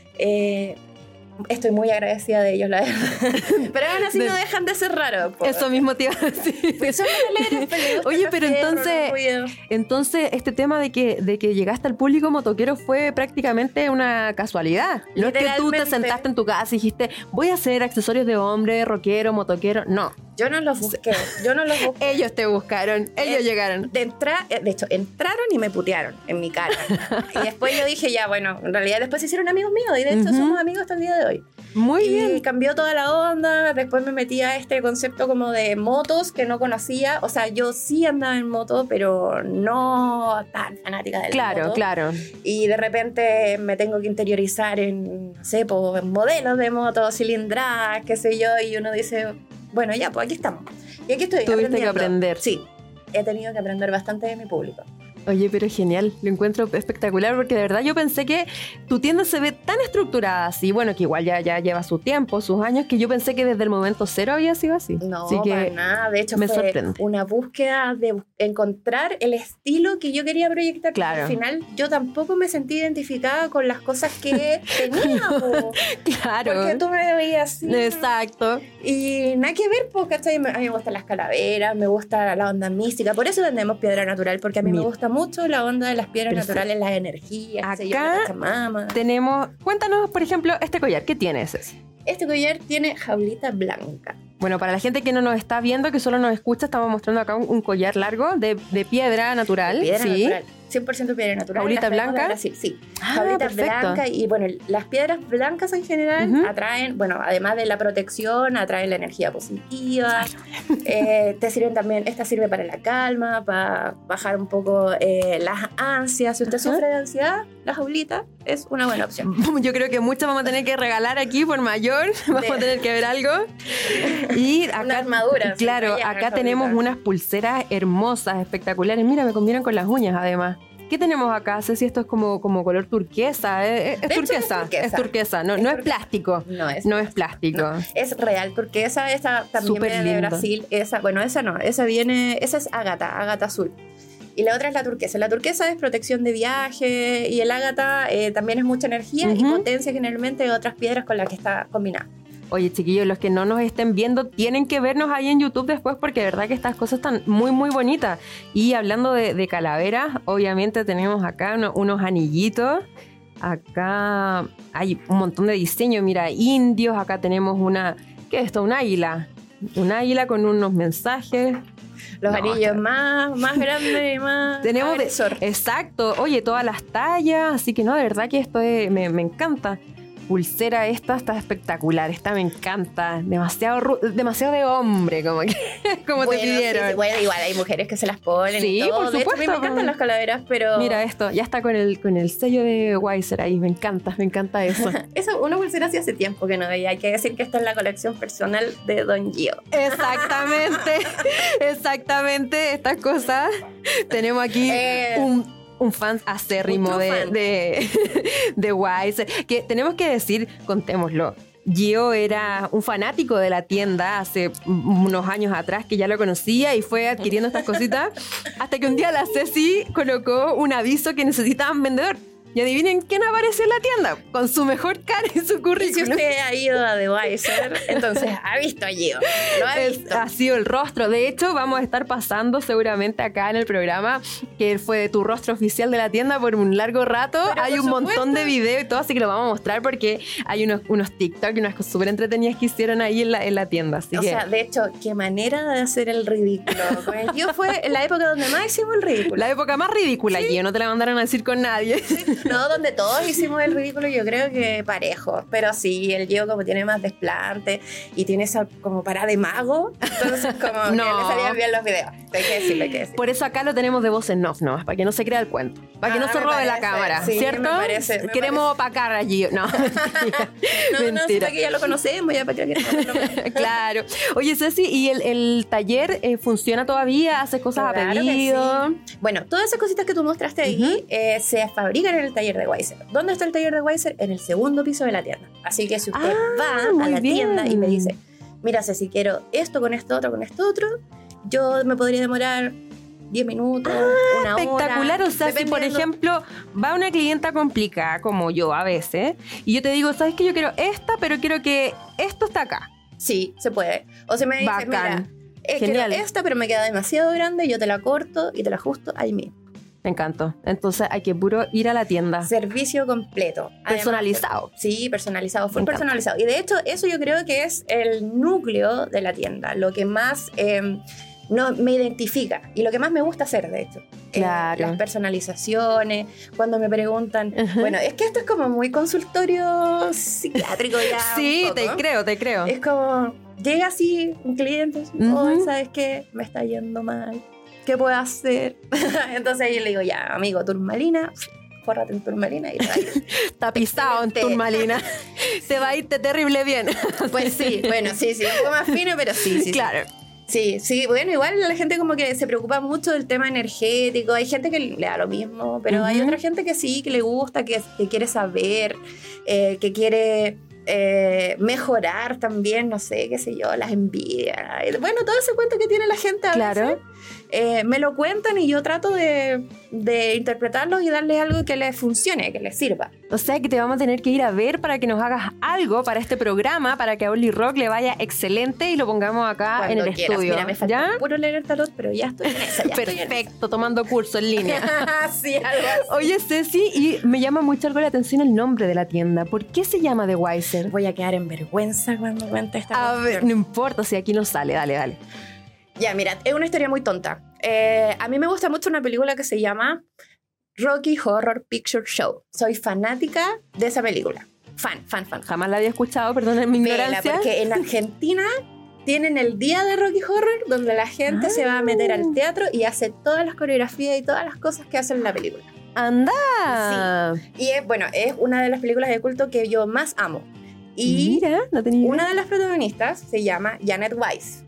Estoy muy agradecida de ellos, la verdad. Pero aún así no dejan de ser raros. Eso mismo te iba a decir. Pues son alegres, pero oye, pero entonces este tema de que llegaste al público motoquero fue prácticamente una casualidad. No es que tú te sentaste en tu casa y dijiste, voy a hacer accesorios de hombre, rockero, motoquero. No. Yo no los busqué. Ellos te buscaron, ellos llegaron. De hecho, entraron y me putearon en mi cara. Y después yo dije, ya, bueno, en realidad después se hicieron amigos míos y de hecho somos amigos hasta el día de hoy. Muy bien. Y cambió toda la onda. Después me metí a este concepto como de motos que no conocía. O sea, yo sí andaba en moto, pero no tan fanática de la moto. Claro. Y de repente me tengo que interiorizar en, no sé, pues, modelos de motos, cilindradas, qué sé yo. Y uno dice, bueno, ya, pues aquí estamos. Y aquí estoy aprendiendo. Tuviste que aprender. Sí, he tenido que aprender bastante de mi público. Oye, pero genial, lo encuentro espectacular porque de verdad yo pensé que tu tienda se ve tan estructurada así, bueno, que igual ya lleva su tiempo, sus años, que yo pensé que desde el momento cero había sido así. No, así que para nada, de hecho me fue sorprende. Una búsqueda de encontrar el estilo que yo quería proyectar. Claro. Al final yo tampoco me sentí identificada con las cosas que tenía, po. Claro. Porque tú me veías así. Exacto. Y nada que ver, pues, ¿cachai? A mí me gustan las calaveras, me gusta la onda mística, por eso vendemos piedra natural, porque a mí me gusta mucho la onda de las piedras naturales, las energías. Acá tenemos, cuéntanos, por ejemplo, este collar, ¿qué tienes ese? Este collar tiene jaulita blanca. Bueno, para la gente que no nos está viendo, que solo nos escucha, estamos mostrando acá un collar largo de piedra natural. Piedra natural. 100% piedra natural. ¿Jaulita blanca? Sí. Jaulita blanca. Y bueno, las piedras blancas en general atraen, bueno, además de la protección, atraen la energía positiva. Te sirven también, esta sirve para la calma, para bajar un poco las ansias. Si usted sufre de ansiedad, la jaulita es una buena opción. Yo creo que muchos vamos a tener que regalar aquí por mayor. Vamos a tener que ver algo. Y acá, una armadura. Claro, acá tenemos unas pulseras hermosas, espectaculares. Mira, me combinan con las uñas además. ¿Qué tenemos acá? Sé si esto es como color turquesa. Es turquesa. Es turquesa. No es plástico. No es plástico. No. Es real turquesa. Esa también Súper viene de Brasil. Esa es ágata azul. y la otra es la turquesa. La turquesa es protección de viaje y el ágata también es mucha energía y potencia generalmente de otras piedras con las que está combinada. Oye, chiquillos, los que no nos estén viendo tienen que vernos ahí en YouTube después porque de verdad que estas cosas están muy, muy bonitas. Y hablando de calaveras, obviamente tenemos acá unos anillitos. Acá hay un montón de diseños, mira, indios. Acá tenemos ¿qué es esto? Un águila. Un águila con unos mensajes. Los anillos más grandes y más tenemos agresor. Exacto. Oye, todas las tallas. Así que no, de verdad que esto me encanta. Pulsera esta está espectacular, esta me encanta, demasiado de hombre, como te pidieron. Sí, bueno, igual hay mujeres que se las ponen sí, y todo. por supuesto. De hecho, a mí me encantan las calaveras, pero... Mira esto, ya está con el sello de Weiser ahí, me encanta eso. Eso, una pulsera así hace tiempo que no veía, hay que decir que está en la colección personal de Don Gio. Exactamente, estas cosas. Tenemos aquí un fan acérrimo de Weiser, que tenemos que decir, contémoslo, Gio era un fanático de la tienda hace unos años atrás, que ya lo conocía y fue adquiriendo estas cositas, hasta que un día la Ceci colocó un aviso que necesitaban vendedor. Y adivinen quién apareció en la tienda, con su mejor cara y su currículum. Si usted ha ido a The Weiser, entonces ha visto a Gio. Lo ha visto. Ha sido el rostro. De hecho, vamos a estar pasando seguramente acá en el programa, que fue tu rostro oficial de la tienda por un largo rato. Pero hay un montón de videos y todo, así que lo vamos a mostrar porque hay unos TikTok y unas cosas súper entretenidas que hicieron ahí en la tienda. Así sea, de hecho, qué manera de hacer el ridículo. Gio fue en la época donde más hicimos el ridículo. La época más ridícula, Gio, no te la mandaron a decir con nadie. Sí. No, donde todos hicimos el ridículo, yo creo que parejo. Pero sí, el Gio como tiene más desplante y tiene esa como parada de mago, entonces como que le salían bien los videos. Hay que decirlo. Por eso acá lo tenemos de voz en off, ¿no? Para que no se crea el cuento. Para que no se robe la cámara, sí, ¿cierto? Queremos opacar a Gio. No, mentira. No, que ya lo conocemos, ya para que Claro. Oye, Ceci, ¿y el taller funciona todavía? ¿Haces cosas a pedido? Sí. Bueno, todas esas cositas que tú mostraste ahí se fabrican en el taller de Weiser. ¿Dónde está el taller de Weiser? En el segundo piso de la tienda. Así que si usted va a la tienda y me dice, mira, Ceci, quiero esto con esto otro, yo me podría demorar 10 minutos, una hora. Espectacular, o sea, si por ejemplo va una clienta complicada como yo a veces y yo te digo, ¿sabes qué? Yo quiero esta, pero quiero que esto está acá. Sí, se puede. O se me dice, bacán. Mira, quiero esta, pero me queda demasiado grande, yo te la corto y te la ajusto ahí mismo. Me encantó. Entonces hay que puro ir a la tienda. Servicio completo. Personalizado. Además, sí, personalizado, full personalizado. Y de hecho, eso yo creo que es el núcleo de la tienda, lo que más no me identifica y lo que más me gusta hacer, de hecho. Claro. Las personalizaciones, cuando me preguntan, bueno, es que esto es como muy consultorio psiquiátrico ya. Sí, un poco. te creo. Es como, llega así un cliente, ¿sabes qué? Me está yendo mal. ¿Qué puedo hacer? Entonces yo le digo, ya, amigo, turmalina, fórrate en turmalina y te va a ir. Tapizado en turmalina. Te va a irte terrible bien. Pues sí, bueno, sí, un poco más fino, pero sí. Claro. Sí, bueno, igual la gente como que se preocupa mucho del tema energético. Hay gente que le da lo mismo, pero hay otra gente que sí, que le gusta, que quiere saber, que quiere mejorar también, no sé, qué sé yo, las envidias. Bueno, todo ese cuento que tiene la gente a veces. Me lo cuentan y yo trato de interpretarlo y darle algo que les funcione, que les sirva. O sea que te vamos a tener que ir a ver para que nos hagas algo para este programa, para que a Only Rock le vaya excelente y lo pongamos acá cuando en el estudio. Mira, me falta puro leer el tarot, pero ya estoy en esa. Perfecto, tomando curso en línea. Sí, algo así. Oye, Ceci, y me llama mucho algo la atención el nombre de la tienda. ¿Por qué se llama The Weiser? Voy a quedar en vergüenza cuando cuente esta cuestión. A ver, no importa si aquí no sale, dale. Ya, mira, es una historia muy tonta. A mí me gusta mucho una película que se llama Rocky Horror Picture Show. Soy fanática de esa película. Fan. Jamás la había escuchado, perdón mi ignorancia. Porque en Argentina tienen el día de Rocky Horror, donde la gente se va a meter al teatro y hace todas las coreografías y todas las cosas que hacen en la película. ¡Anda! Sí. Y es una de las películas de culto que yo más amo. Y mira, no tenía idea. Una de las protagonistas se llama Janet Weiss.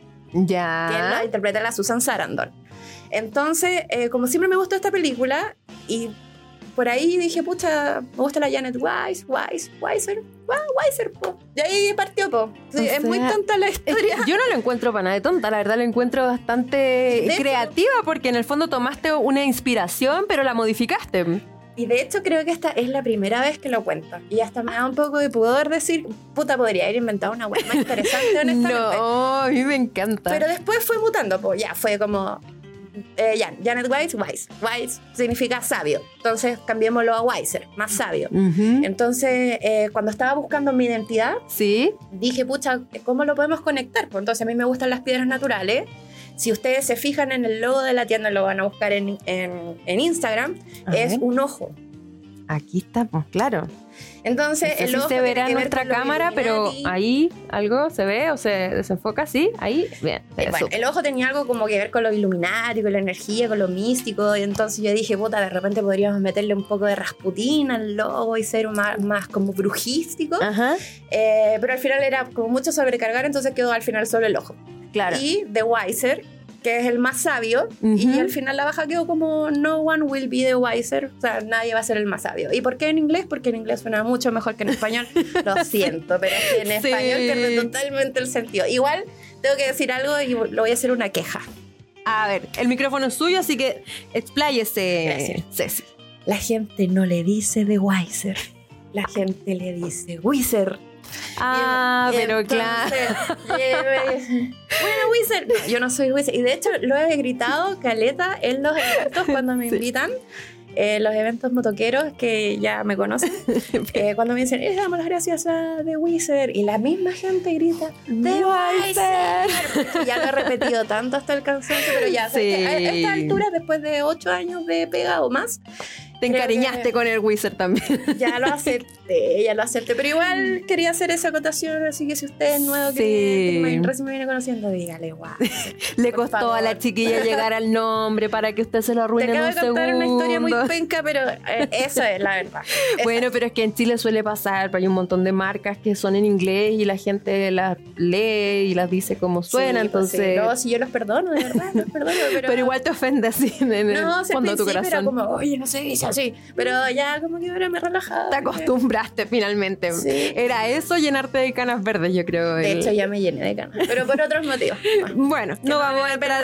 Ya. Quien la interpreta a Susan Sarandon. Entonces, como siempre me gustó esta película y por ahí dije, pucha, me gusta la Janet Weiser, po. Y ahí partió, po. Sí, es muy tonta la historia. Yo no lo encuentro para nada de tonta, la verdad la encuentro bastante creativa, porque en el fondo tomaste una inspiración, pero la modificaste. Y de hecho creo que esta es la primera vez que lo cuento. Y hasta me da un poco de pudor decir, puta, podría haber inventado una web más interesante, honestamente. No, a mí me encanta. Pero después fue mutando, pues ya fue como... Janet Wise significa sabio. Entonces cambiémoslo a Wiser, más sabio. Entonces, cuando estaba buscando mi identidad, dije, pucha, ¿cómo lo podemos conectar? Pues entonces a mí me gustan las piedras naturales. Si ustedes se fijan en el logo de la tienda, lo van a buscar en Instagram, es un ojo. Aquí está, pues claro. Entonces, el ojo se verá en nuestra cámara, pero ahí algo se ve o se desenfoca, ¿sí? Ahí, bien. Bueno, el ojo tenía algo como que ver con lo Illuminati, con la energía, con lo místico. Y entonces yo dije, puta, de repente podríamos meterle un poco de Rasputín al logo y ser más como brujístico. Pero al final era como mucho sobrecargar, entonces quedó al final solo el ojo. Claro. Y The Wiser, que es el más sabio, y al final la baja quedó como no one will be the wiser, o sea, nadie va a ser el más sabio. ¿Y por qué en inglés? Porque en inglés suena mucho mejor que en español. Lo siento, pero es que en español pierde totalmente el sentido. Igual tengo que decir algo y lo voy a hacer una queja. A ver, el micrófono es suyo, así que expláyese, Ceci. La gente no le dice The Wiser, la gente le dice Wiser. Pero entonces, claro. Bueno, Wizard. No, yo no soy Wizard. Y de hecho lo he gritado caleta en los eventos cuando me invitan. Los eventos motoqueros que ya me conocen. Cuando me dicen, damos las gracias a The Wizard. Y la misma gente grita, The Wizard. Ya lo he repetido tanto hasta el cansancio, pero ya, sí. A esta altura, después de 8 años de pega o más, te encariñaste con el Wizard también. Ya lo acepté. Pero igual quería hacer esa acotación, así que si usted es nuevo, que recién me viene conociendo, dígale, guau. Le costó a la chiquilla llegar al nombre para que usted se lo arruine en un segundo. Te acabo de contar una historia muy penca, pero eso es la verdad. Bueno, pero es que en Chile suele pasar, hay un montón de marcas que son en inglés y la gente las lee y las dice como suena, entonces... No, si yo los perdono, de verdad, los perdono, pero igual te ofende así en el fondo de tu corazón. Era como, oye, no se dice así, pero ya como que ahora me relajaba. Te acostumbraste finalmente. Sí. Era eso, llenarte de canas verdes, yo creo. De hecho, ya me llené de canas, pero por otros motivos. Bueno, no vamos a esperar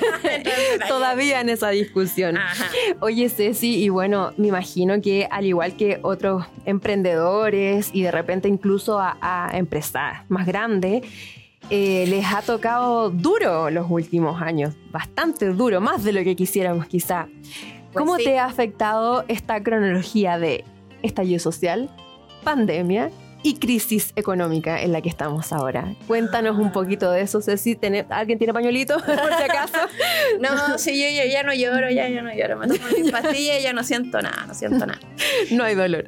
todavía en esa discusión. Ajá. Oye, Ceci, y bueno, me imagino que al igual que otros emprendedores y de repente incluso a empresas más grandes, les ha tocado duro los últimos años, bastante duro, más de lo que quisiéramos quizá. ¿Cómo te ha afectado esta cronología de estallido social, pandemia y crisis económica en la que estamos ahora? Cuéntanos un poquito de eso, Ceci. ¿Alguien tiene pañuelito, por si acaso? No, sí, yo ya no lloro, me tomo mis pastillas y ya no siento nada. No hay dolor.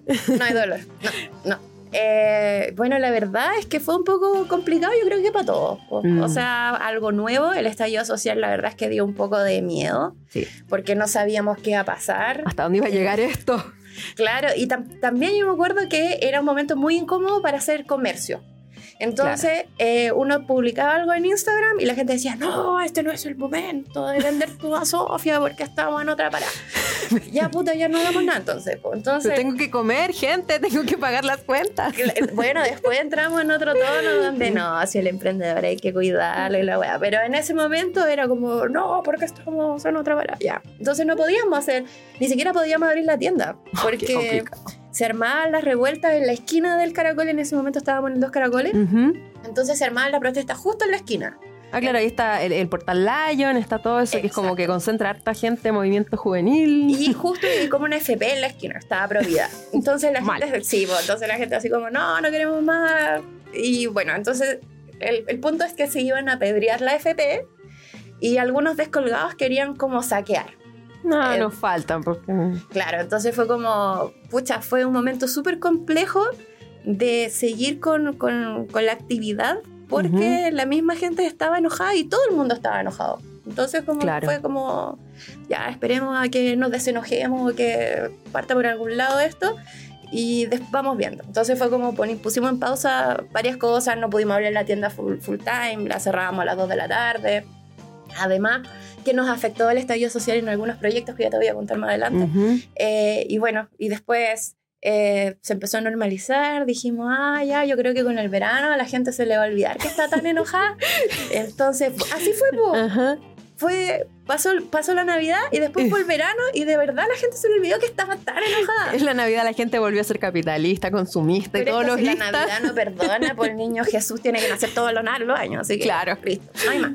No. Bueno, la verdad es que fue un poco complicado, yo creo que para todos. O sea, algo nuevo, el estallido social, la verdad es que dio un poco de miedo, porque no sabíamos qué iba a pasar. ¿Hasta dónde iba a llegar esto? Claro, y también yo me acuerdo que era un momento muy incómodo para hacer comercio. Entonces, uno publicaba algo en Instagram y la gente decía, no, este no es el momento de vender tu Sofía porque estamos en otra parada. Ya, puta, ya no damos nada entonces. Pero tengo que comer, gente, tengo que pagar las cuentas. Bueno, después entramos en otro tono donde no, si el emprendedor hay que cuidarlo y la weá. Pero en ese momento era como, no, porque estamos en otra parada. Ya. Entonces no podíamos hacer, ni siquiera podíamos abrir la tienda. Porque se armaban las revueltas en la esquina del Caracol. En ese momento estábamos en el 2 Caracoles. Entonces se armaban las protestas justo en la esquina. Ah, claro, ahí está el Portal Lion, está todo eso. Exacto. Que es como que concentra harta gente, movimiento juvenil. Y justo hay como una FP en la esquina, estaba prohibida. Entonces la gente, entonces la gente así como, no queremos más. Y bueno, entonces el punto es que se iban a apedrear la FP y algunos descolgados querían como saquear. No, nos faltan porque... Claro, entonces fue como, fue un momento súper complejo de seguir con la actividad porque la misma gente estaba enojada y todo el mundo estaba enojado. Entonces fue como, ya esperemos a que nos desenojemos o que parta por algún lado esto y vamos viendo. Entonces fue como pusimos en pausa varias cosas, no pudimos abrir la tienda full time, la cerrábamos a las 2 de la tarde. Además, que nos afectó el estallido social en algunos proyectos que ya te voy a contar más adelante. Y bueno, y después se empezó a normalizar. Dijimos, ya, yo creo que con el verano a la gente se le va a olvidar que está tan enojada. Entonces, así fue, pasó la Navidad y después fue el verano y de verdad la gente se le olvidó que estaba tan enojada. En la Navidad la gente volvió a ser capitalista, consumista y todo lo que la Navidad no perdona, por el niño Jesús tiene que nacer todos los años, así que claro. Cristo, no hay más.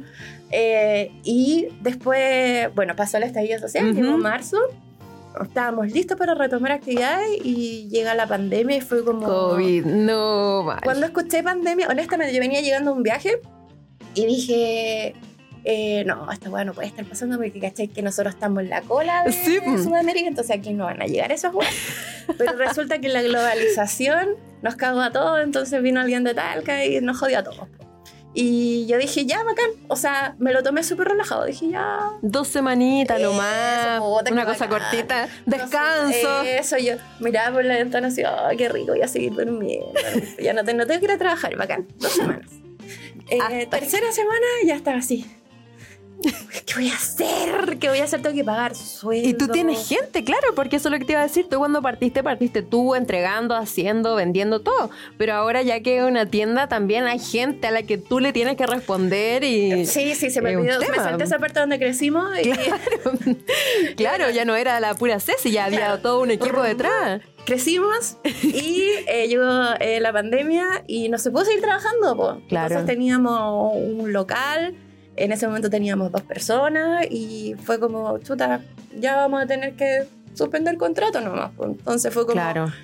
Y después, bueno, pasó el estallido social, llegó marzo, estábamos listos para retomar actividades y llega la pandemia y fue como... COVID, no, mal. Cuando escuché pandemia, honestamente, yo venía llegando a un viaje y dije... no, esta weá no puede estar pasando porque cachai que nosotros estamos en la cola de Sudamérica, entonces aquí no van a llegar esos weas. Pero resulta que la globalización nos cagó a todos, entonces vino alguien de Talca y nos jodió a todos. Y yo dije, ya, bacán. O sea, me lo tomé súper relajado. Dije, ya. 2 semanitas lo más. Una cosa cortita. Descanso. Eso, yo miraba por la ventana así, qué rico, voy a seguir durmiendo. Ya no tengo que ir a trabajar, bacán. 2 semanas. Tercera semana ya estaba así. ¿Qué voy a hacer? ¿Qué voy a hacer? Tengo que pagar sueldo. Y tú tienes gente, claro, porque eso es lo que te iba a decir. Tú cuando partiste tú entregando, haciendo, vendiendo todo. Pero ahora ya que es una tienda también hay gente a la que tú le tienes que responder y... Sí, se me olvidó. Me salté esa parte donde crecimos. Claro, ya no era la pura Ceci, ya había todo un equipo detrás. Crecimos y llegó la pandemia y no se pudo seguir trabajando. Claro. Entonces teníamos un local. En ese momento teníamos 2 personas y fue como, chuta, ya vamos a tener que suspender contrato nomás. Entonces fue como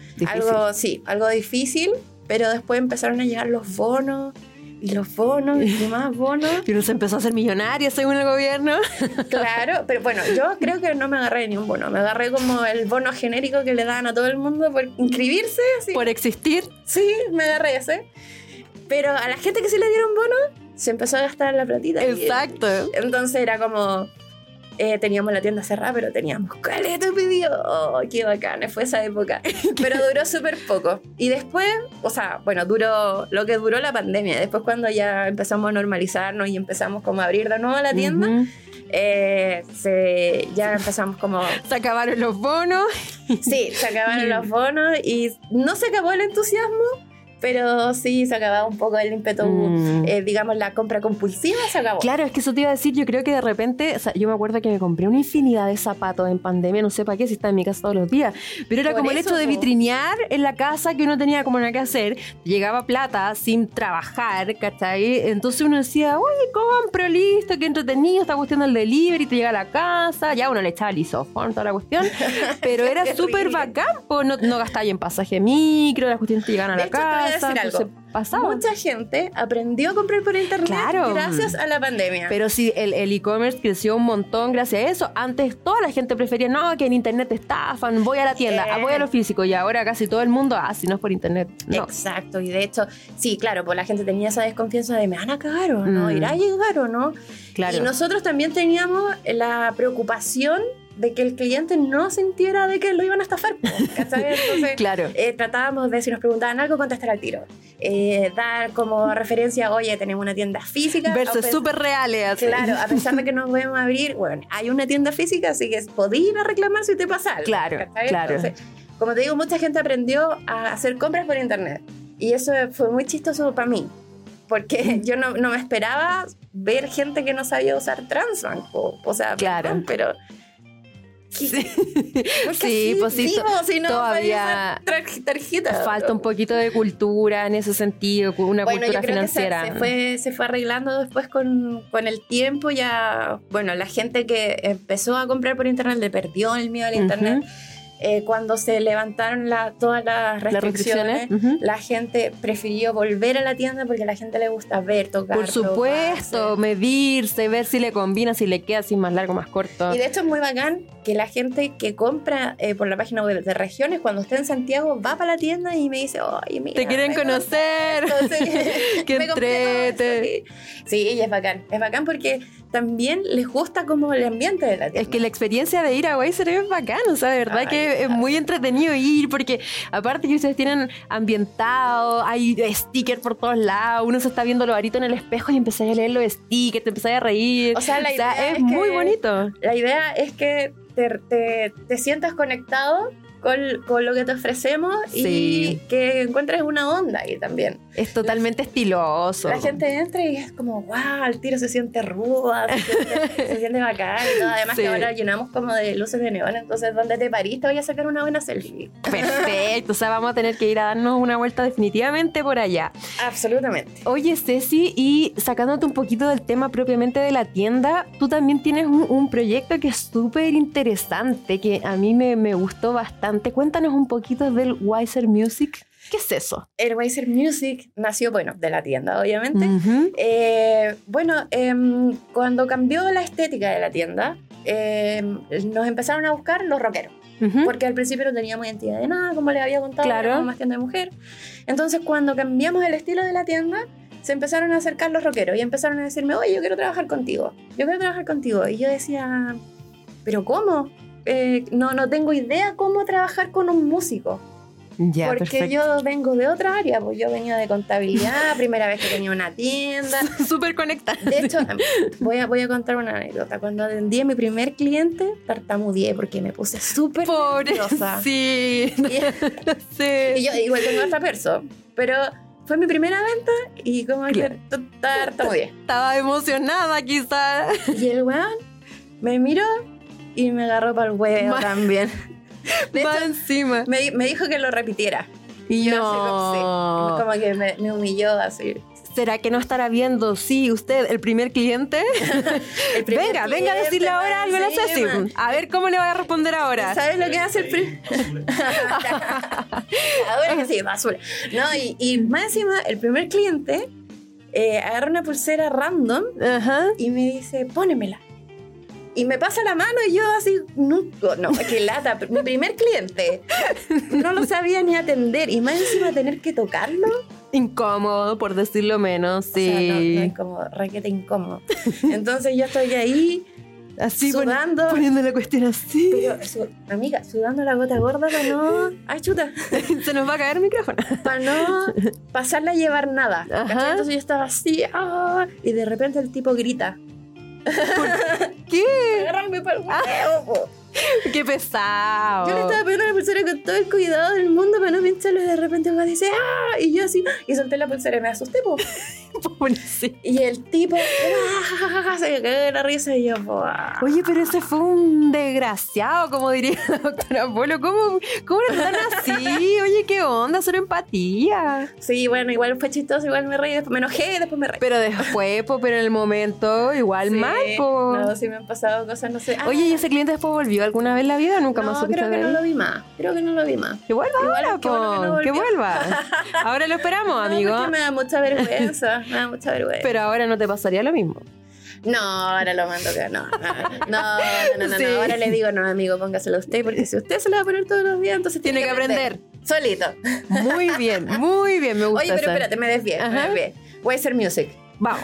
algo difícil, pero después empezaron a llegar los bonos y más bonos. Y uno se empezó a hacer millonaria según el gobierno. Claro, pero bueno, yo creo que no me agarré de ni un bono. Me agarré como el bono genérico que le daban a todo el mundo por inscribirse. Así. Por existir. Sí, me agarré ese. Pero a la gente que sí le dieron bono, se empezó a gastar la platita. Exacto. Entonces era como... teníamos la tienda cerrada, pero teníamos caleta pedido. Oh, qué bacana, fue esa época. Pero duró súper poco. Y después, o sea, bueno, duró lo que duró la pandemia. Después cuando ya empezamos a normalizarnos y empezamos como a abrir de nuevo la tienda, ya empezamos como... Se acabaron los bonos. Sí, se acabaron los bonos y no se acabó el entusiasmo, pero sí se acababa un poco el ímpetu, digamos, la compra compulsiva se acabó. Claro, es que eso te iba a decir, yo creo que de repente, o sea, yo me acuerdo que me compré una infinidad de zapatos en pandemia, no sé para qué, si estaba en mi casa todos los días, pero era como el hecho de vitrinear en la casa que uno tenía como nada que hacer, llegaba plata sin trabajar, ¿cachai? Entonces uno decía, oye, compro, listo, qué entretenido, esta cuestión del delivery, te llega a la casa, ya uno le echaba el isofón, toda la cuestión, pero era súper bacán, no gastaba en pasaje micro, las cuestiones te llegaban a la casa. Decir algo. Mucha gente aprendió a comprar por internet gracias a la pandemia. Pero sí, el e-commerce creció un montón gracias a eso. Antes toda la gente prefería, no, que en internet te estafan, voy a la tienda, voy a lo físico. Y ahora casi todo el mundo, si no es por internet, no. Exacto, y de hecho, sí, claro, pues la gente tenía esa desconfianza de, ¿me van a cagar o no? ¿Irá a llegar o no? Claro. Y nosotros también teníamos la preocupación de que el cliente no sintiera de que lo iban a estafar, ¿cachai? Entonces, claro. Tratábamos de, si nos preguntaban algo, contestar al tiro. Dar como referencia, oye, tenemos una tienda física. Versus súper reales. Así. Claro, a pesar de que no podemos abrir, bueno, hay una tienda física, así que podés ir a reclamar si te pasa algo. Claro, ¿cachai? claro. Entonces, como te digo, mucha gente aprendió a hacer compras por internet. Y eso fue muy chistoso para mí. Porque yo no me esperaba ver gente que no sabía usar Transbank. O sea, claro. Perdón, pero... Sí, pues sí, si no, todavía tarjeta. falta un poquito de cultura en ese sentido, una cultura yo creo financiera. Que se fue arreglando después con el tiempo. Ya, bueno, la gente que empezó a comprar por internet le perdió el miedo al internet. Cuando se levantaron todas las restricciones, la gente prefirió volver a la tienda porque a la gente le gusta ver, tocar. Por supuesto, medirse, ver si le combina, si le queda así más largo, más corto. Y de hecho es muy bacán que la gente que compra por la página web de regiones, cuando esté en Santiago, va para la tienda y me dice, oye, mira, te quieren conocer. Entonces, qué entrete. Sí, y es bacán porque también les gusta como el ambiente de la tienda. Es que la experiencia de ir a Weiser es bacán, o sea, de verdad que es muy entretenido ir, porque aparte que ustedes tienen ambientado, hay stickers por todos lados, uno se está viendo los aritos en el espejo y empezáis a leer los stickers, te empezáis a reír. O sea, la idea es muy bonito. La idea es que te sientas conectado con lo que te ofrecemos y que encuentres una onda ahí también. Es totalmente estiloso. La gente entra y es como, wow, el tiro se siente ruda, se siente bacán y todo. Además que ahora llenamos como de luces de neón, entonces donde te parís te voy a sacar una buena selfie. Perfecto, o sea, vamos a tener que ir a darnos una vuelta definitivamente por allá. Absolutamente. Oye, Ceci, y sacándote un poquito del tema propiamente de la tienda, tú también tienes un proyecto que es súper interesante, que a mí me gustó bastante. Cuéntanos un poquito del Weiser Music. ¿Qué es eso? El Weiser Music nació, bueno, de la tienda, obviamente. Cuando cambió la estética de la tienda, nos empezaron a buscar los rockeros. Porque al principio no teníamos identidad de nada, como les había contado, éramos más tienda de mujer. Entonces, cuando cambiamos el estilo de la tienda, se empezaron a acercar los rockeros y empezaron a decirme, oye, yo quiero trabajar contigo. Y yo decía, ¿pero cómo? No tengo idea cómo trabajar con un músico. Ya, porque perfecto. Yo vengo de otra área, pues yo venía de contabilidad, primera vez que tenía una tienda. Súper conectada. De hecho, voy a contar una anécdota. Cuando atendí a mi primer cliente, tartamudeé porque me puse súper nerviosa. Sí. Y yo igual tengo otra persona, pero fue mi primera venta y como que tartamudeé. Estaba emocionada quizás. Y el weón me miró y me agarró para el huevo también. De hecho, encima. Me dijo que lo repitiera. Y yo así como que me humilló así. ¿Será que no estará viendo? Sí, usted, el primer cliente. Venga a decirle ahora algo a la Ceci. A ver cómo le va a responder ahora. ¿Sabes lo que hace el primer? Ahora que sí, basura. No, y más encima, el primer cliente agarra una pulsera random y me dice, pónemela. Y me pasa la mano y yo así, no, qué lata, mi primer cliente. No lo sabía ni atender. Y más encima tener que tocarlo. Incómodo, por decirlo menos, sí. O sea, no es como requete incómodo. Entonces yo estoy ahí, así sudando. Poniendo la cuestión así. Pero, amiga, sudando la gota gorda para no... ¡Ay, chuta! Se nos va a caer el micrófono. Para no pasarle a llevar nada. Entonces yo estaba así, y de repente el tipo grita. ¿Qué? Agarrarme para el huevo. ¡Qué pesado! Yo le estaba poniendo la pulsera con todo el cuidado del mundo para no pincharlo y de repente me dice y yo así, y solté la pulsera y me asusté, po. Y el tipo se me cagó de la risa y yo, Oye, pero ese fue un desgraciado, como diría la doctora Polo. ¿Cómo le están así? Oye, ¿qué onda? Solo empatía. Sí, bueno, igual fue chistoso, igual me reí, después me enojé y después me reí. Pero después, pero en el momento, igual mal, po. No, sí me han pasado cosas, no sé. Oye, ¿y ese cliente después volvió alguna vez en la vida? ¿Nunca más supiste creo que de él? no lo vi más. Que vuelva ahora, po. Que vuelva. Ahora lo esperamos, amigo. Porque me da mucha vergüenza. Pero ahora no te pasaría lo mismo. No, ahora lo mando que no. Sí. Ahora le digo, no, amigo, póngaselo a usted, porque si usted se lo va a poner todos los días, entonces tiene que aprender. Solito. Muy bien, me gusta. Oye, pero espérate, me desvié. Weiser Music. Vamos.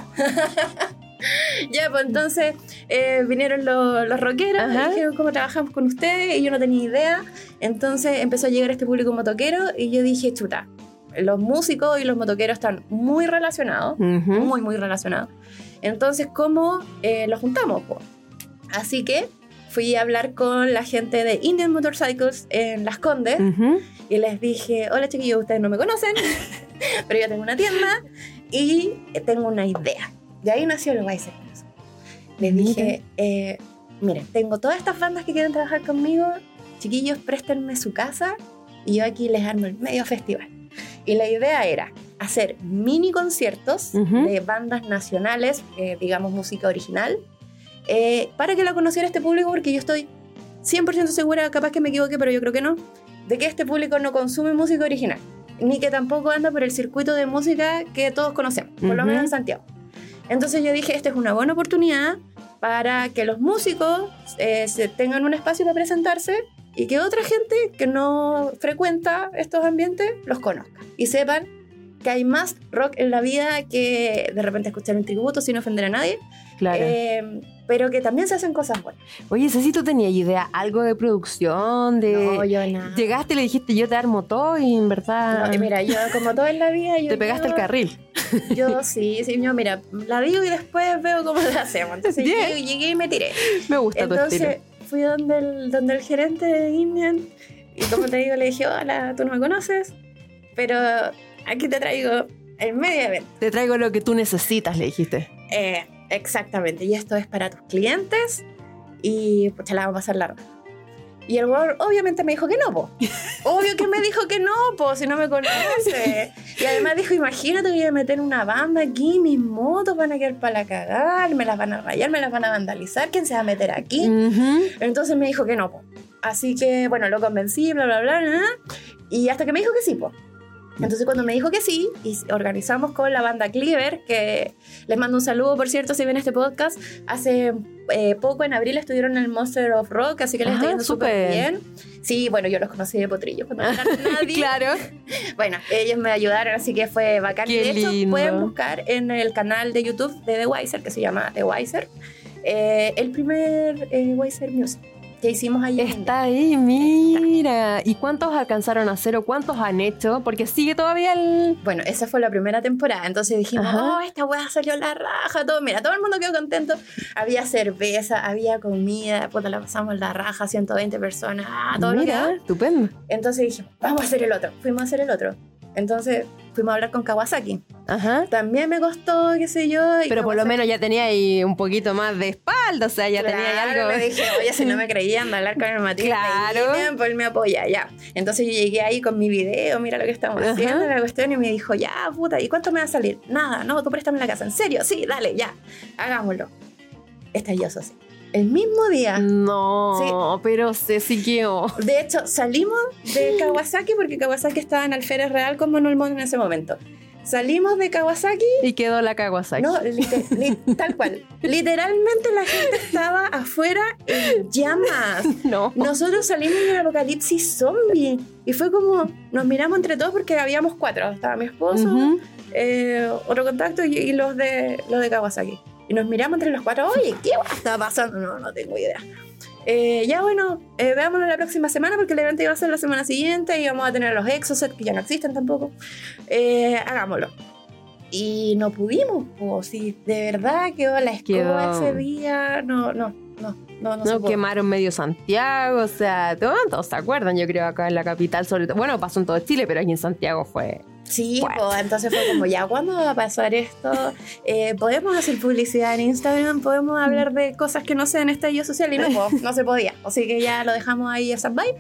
Ya, pues entonces vinieron los rockeros y dijeron cómo trabajamos con ustedes y yo no tenía idea. Entonces empezó a llegar este público motoquero y yo dije, chuta, los músicos y los motoqueros están muy relacionados, muy relacionados. Entonces, ¿cómo los juntamos? Po? Así que fui a hablar con la gente de Indian Motorcycles en Las Condes y les dije, hola chiquillos, ustedes no me conocen, pero yo tengo una tienda y tengo una idea. De ahí nació el Weiser. Les dije, miren, tengo todas estas bandas que quieren trabajar conmigo, chiquillos, préstenme su casa y yo aquí les armo el medio festival. Y la idea era hacer mini conciertos de bandas nacionales, digamos música original, para que la conociera este público, porque yo estoy 100% segura, capaz que me equivoque, pero yo creo que no, de que este público no consume música original, ni que tampoco anda por el circuito de música que todos conocemos, por lo menos en Santiago. Entonces yo dije, esta es una buena oportunidad para que los músicos tengan un espacio para presentarse y que otra gente que no frecuenta estos ambientes los conozca y sepan que hay más rock en la vida que de repente escuchar un tributo sin ofender a nadie. Claro. Pero que también se hacen cosas buenas. Oye, Ceci, ¿tú tenías idea algo de producción? No, yo nada. Llegaste y le dijiste, yo te armo todo y en verdad... No, mira, yo como todo en la vida... Te pegaste el carril. Yo sí, yo mira, la digo y después veo cómo la hacemos. Entonces llegué y me tiré. Me gusta tu estilo. Entonces fui donde el gerente de Indian y como te digo, le dije, hola, tú no me conoces, pero aquí te traigo el medio evento. Te traigo lo que tú necesitas, le dijiste. Exactamente, y esto es para tus clientes y pues la vamos a pasar larga. Y el güey obviamente me dijo que no, po. Obvio que me dijo que no, po, si no me conoce. Y además dijo, imagínate, voy a meter una banda aquí, mis motos van a quedar para la cagar, me las van a rayar, me las van a vandalizar, ¿quién se va a meter aquí? Entonces me dijo que no, po. Así que, bueno, lo convencí, bla, bla, bla, bla, y hasta que me dijo que sí, po. Entonces cuando me dijo que sí, y organizamos con la banda Cleaver, que les mando un saludo, por cierto, si ven este podcast, hace poco, en abril, estuvieron en el Monster of Rock, así que les está yendo súper bien. Sí, bueno, yo los conocí de potrillos cuando no era nadie. Claro. Bueno, ellos me ayudaron, así que fue bacán. Qué y de hecho, lindo. pueden buscar en el canal de YouTube de The Weiser, que se llama The Weiser, el primer Weiser Music que hicimos allí. Está ahí, mira. ¿Y cuántos alcanzaron a hacer o cuántos han hecho? Porque sigue todavía el... Bueno, esa fue la primera temporada, entonces dijimos, esta weá salió la raja, todo, mira, todo el mundo quedó contento. Había cerveza, había comida, puta, la pasamos la raja, 120 personas, todo mira, bien. Estupendo. Entonces dijimos, vamos a hacer el otro, fuimos a hacer el otro. Entonces fuimos a hablar con Kawasaki. Ajá. También me costó, qué sé yo. Y pero por lo menos ya tenía ahí un poquito más de espalda, o sea, ya tenía ahí algo. Le dije, oye, si no me creían, hablar con el Matías. Claro. Pues él me apoya, ya. Entonces yo llegué ahí con mi video, mira lo que estamos haciendo, la cuestión, y me dijo, ya, puta, ¿y cuánto me va a salir? Nada, no, tú préstame la casa. ¿En serio? Sí, dale, ya, hagámoslo. Estalloso así. El mismo día. No, sí. Pero se siguió. De hecho, salimos de Kawasaki porque Kawasaki estaba en Alférez Real con Manuel Montt en ese momento. Salimos de Kawasaki. Y quedó la Kawasaki. No, tal cual. Literalmente la gente estaba afuera en llamas. No. Nosotros salimos en el apocalipsis zombie. Y fue como, nos miramos entre todos porque habíamos 4. Estaba mi esposo, otro contacto y los de Kawasaki. Y nos miramos entre los 4, oye, ¿qué está pasando? No tengo idea. Ya bueno, veámonos la próxima semana porque el evento iba a ser la semana siguiente y vamos a tener los Exocet, que ya no existen tampoco. Hagámoslo. Y no pudimos, pues sí, de verdad quedó la escoba ese día. No quemaron medio Santiago, o sea, todos se acuerdan, yo creo, acá en la capital, sobre todo. Bueno, pasó en todo Chile, pero aquí en Santiago fue... Sí, pues entonces fue como, ya, ¿cuándo va a pasar esto? ¿Podemos hacer publicidad en Instagram? ¿Podemos hablar de cosas que no sean estallido social? Y no se podía. Así que ya lo dejamos ahí a stand-by.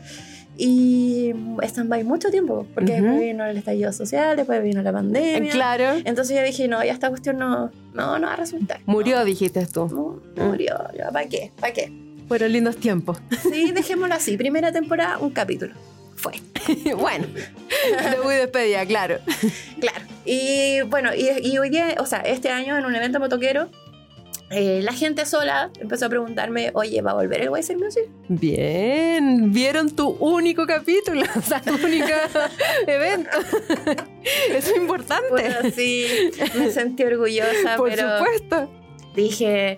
Y stand-by mucho tiempo, porque después vino el estallido social, después vino la pandemia. Claro. Entonces yo dije, no, ya esta cuestión no va a resultar. Murió, dijiste tú. Murió. ¿Para qué? Fueron lindos tiempos. Sí, dejémoslo así. Primera temporada, un capítulo. Fue. Bueno, debut y despedida, claro. Claro. Y bueno, y hoy día, o sea, este año en un evento motoquero, la gente sola empezó a preguntarme, oye, ¿va a volver el Weiser Music? Bien, vieron tu único capítulo, o sea, tu único evento. Eso es importante. Bueno, sí, me sentí orgullosa, Por pero supuesto. Dije,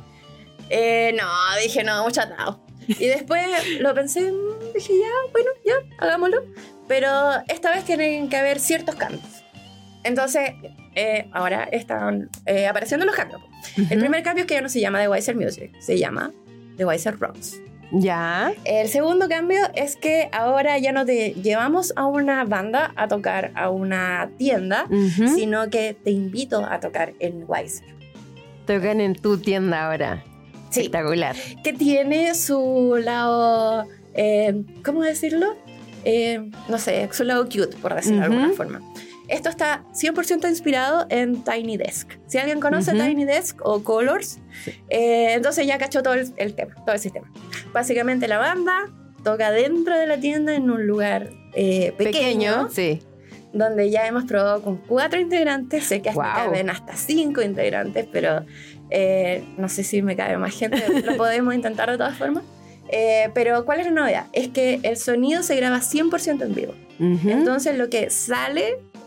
no, mucho atado. Y después lo pensé, dije, ya, hagámoslo. Pero esta vez tienen que haber ciertos cambios. Entonces, ahora están apareciendo los cambios. El primer cambio es que ya no se llama The Weiser Music, se llama The Weiser Rocks. Ya. El segundo cambio es que ahora ya no te llevamos a una banda a tocar a una tienda, sino que te invito a tocar en Weiser. Tocan en tu tienda ahora. Sí. Espectacular. Que tiene su lado, ¿cómo decirlo? No sé, su lado cute, por decirlo de alguna forma. Esto está 100% inspirado en Tiny Desk. Si alguien conoce Tiny Desk o Colors, entonces ya cachó todo el tema, todo el sistema. Básicamente la banda toca dentro de la tienda en un lugar pequeño, sí, donde ya hemos probado con 4 integrantes. Sé que hasta caben hasta 5 integrantes, pero no sé si me cabe más gente. Lo podemos intentar de todas formas. Pero ¿cuál es la novedad? Es que el sonido se graba 100% en vivo. Entonces lo que sale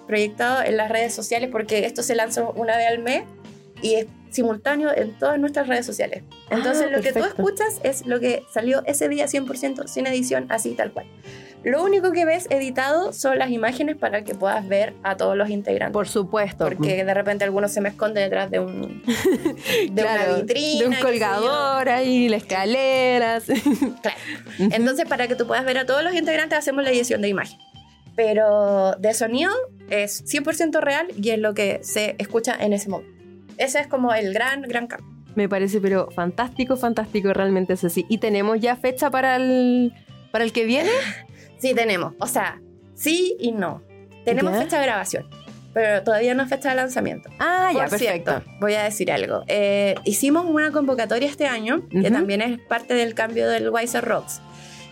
proyectado en las redes sociales, porque esto se lanza una vez al mes y es simultáneo en todas nuestras redes sociales. Entonces lo que tú escuchas es lo que salió ese día 100% sin edición, así tal cual. Lo único que ves editado son las imágenes para que puedas ver a todos los integrantes. Por supuesto. Porque de repente algunos se me esconden detrás de un claro, una vitrina. De un colgador ahí, la escalera. Claro. Entonces, para que tú puedas ver a todos los integrantes, hacemos la edición de imagen. Pero de sonido es 100% real y es lo que se escucha en ese momento. Ese es como el gran cambio. Me parece, pero fantástico realmente, Ceci. ¿Y tenemos ya fecha para el que viene? Sí, tenemos. O sea, sí y no. Tenemos fecha de grabación, pero todavía no es fecha de lanzamiento. Ah, ya, Por perfecto. Cierto, voy a decir algo. Hicimos una convocatoria este año, que también es parte del cambio del Wiser Rocks.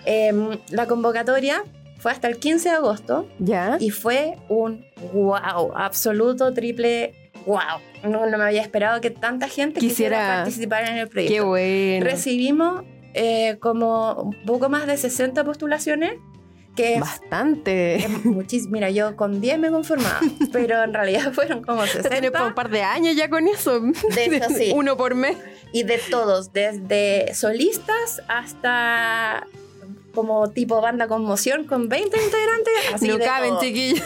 La convocatoria fue hasta el 15 de agosto. Ya. Y fue un wow, absoluto, triple wow. No me había esperado que tanta gente quisiera participar en el proyecto. Qué bueno. Recibimos como un poco más de 60 postulaciones. Que bastante. Mira, yo con 10 me conformaba, pero en realidad fueron como 60. Tienes un par de años ya con eso. De eso sí. Uno por mes. Y de todos, desde solistas hasta como tipo banda Conmoción con 20 integrantes. Así no de caben, todo. chiquillos.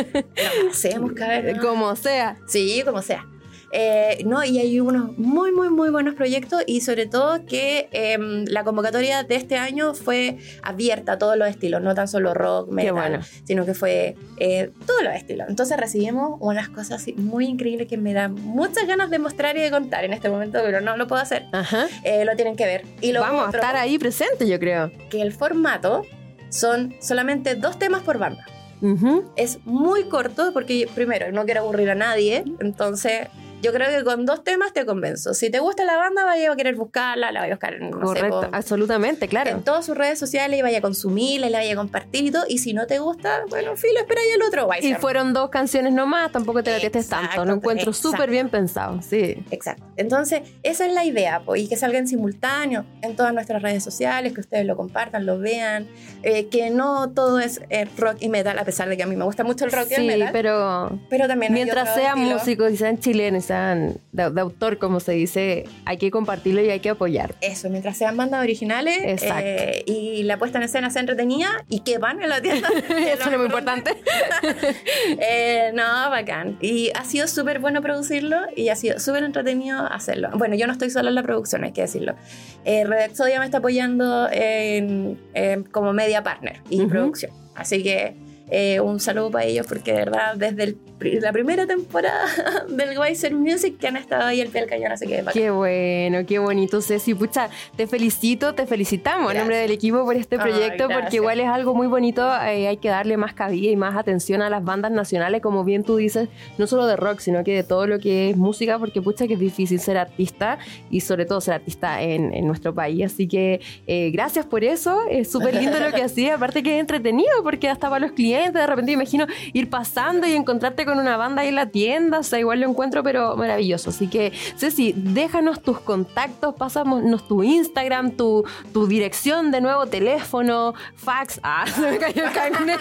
No hacemos caber. ¿No? Como sea. Sí, como sea. No, y hay unos muy buenos proyectos y sobre todo que la convocatoria de este año fue abierta a todos los estilos, no tan solo rock, metal, sino que fue todos los estilos. Entonces recibimos unas cosas así muy increíbles que me dan muchas ganas de mostrar y de contar en este momento, pero no lo puedo hacer. Ajá. Lo tienen que ver. Y lo vamos a estar ahí presentes, yo creo. Que el formato son solamente 2 temas por banda. Es muy corto porque primero no quiero aburrir a nadie, entonces yo creo que con 2 temas te convenzo. Si te gusta la banda, vaya a querer buscarla, la vaya a buscar en, correcto, absolutamente, claro. En todas sus redes sociales y vaya a consumirla y la vaya a compartir y todo. Y si no te gusta, bueno, filo, espera y el otro. Y fueron 2 canciones nomás, tampoco te la testes tanto. Lo encuentro súper bien pensado, sí. Exacto. Entonces, esa es la idea, y que salga en simultáneo en todas nuestras redes sociales, que ustedes lo compartan, lo vean, que no todo es rock y metal, a pesar de que a mí me gusta mucho el rock y el metal. Pero también mientras sean músicos y sean chilenos, sean de autor, como se dice, hay que compartirlo y hay que apoyar. Eso, mientras sean bandas originales y la puesta en escena sea entretenida y que van en la tienda. Eso es muy importante. No, bacán. Y ha sido súper bueno producirlo y ha sido súper entretenido hacerlo. Bueno, yo no estoy sola en la producción, hay que decirlo. Redexodia me está apoyando como media partner y producción. Así que un saludo para ellos porque de verdad desde la primera temporada del Wiser Music que han estado ahí al pie del cañón, así que bacán. Qué bueno, qué bonito, Ceci. Pucha, te felicitamos en nombre del equipo por este proyecto, porque igual es algo muy bonito. Hay que darle más cabida y más atención a las bandas nacionales, como bien tú dices, no solo de rock, sino que de todo lo que es música, porque pucha que es difícil ser artista y sobre todo ser artista en nuestro país. Así que gracias por eso, es súper lindo lo que hacía, aparte que es entretenido porque hasta para los clientes, de repente me imagino ir pasando y encontrarte con una banda ahí en la tienda, o sea, igual lo encuentro pero maravilloso. Así que, Ceci, déjanos tus contactos, pásanos tu Instagram, tu dirección de nuevo, teléfono, fax, se me cayó el carnet.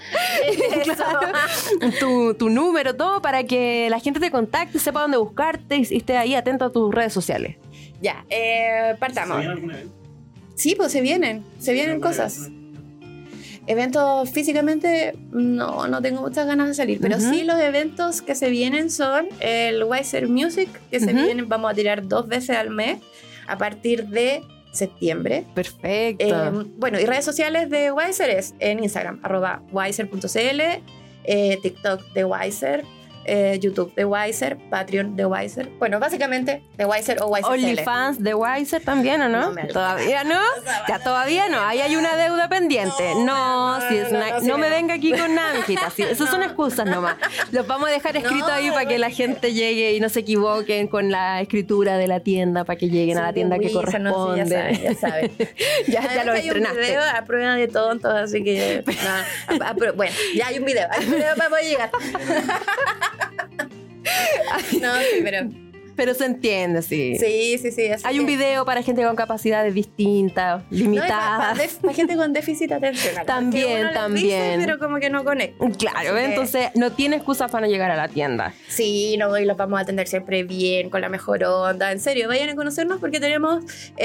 Claro. Tu número, todo para que la gente te contacte, sepa dónde buscarte y esté ahí atento a tus redes sociales. Ya, partamos. Sí, pues se vienen cosas. Eventos físicamente no tengo muchas ganas de salir, pero sí los eventos que se vienen son el Wiser Music, que se vienen, vamos a tirar 2 veces al mes a partir de septiembre. Perfecto. Bueno, y redes sociales de Wiser es en Instagram, @wiser.cl, TikTok de Wiser, YouTube de Wiser, Patreon de Wiser. Bueno, básicamente de Wiser o Wiser OnlyFans de Wiser también, ¿o no? ¿Todavía no? Ya todavía no. Ahí hay una deuda pendiente. No me venga aquí con nada, mijita. Sí, esas son excusas nomás. Los vamos a dejar escritos ahí para que la gente llegue y no se equivoquen con la escritura de la tienda, para que lleguen a la tienda que corresponde. No, ya saben. ya lo estrenaste. Hay un video a prueba de tontos, así que bueno, ya hay un video para poder llegar. No, sí, pero Pero se entiende, sí. Sí. Hay un video para gente con capacidades distintas, limitadas. Para gente con déficit atencional. También. Dice, pero como que no conecta. Claro, entonces no tiene excusa para no llegar a la tienda. Sí, y los vamos a atender siempre bien, con la mejor onda. En serio, vayan a conocernos porque tenemos,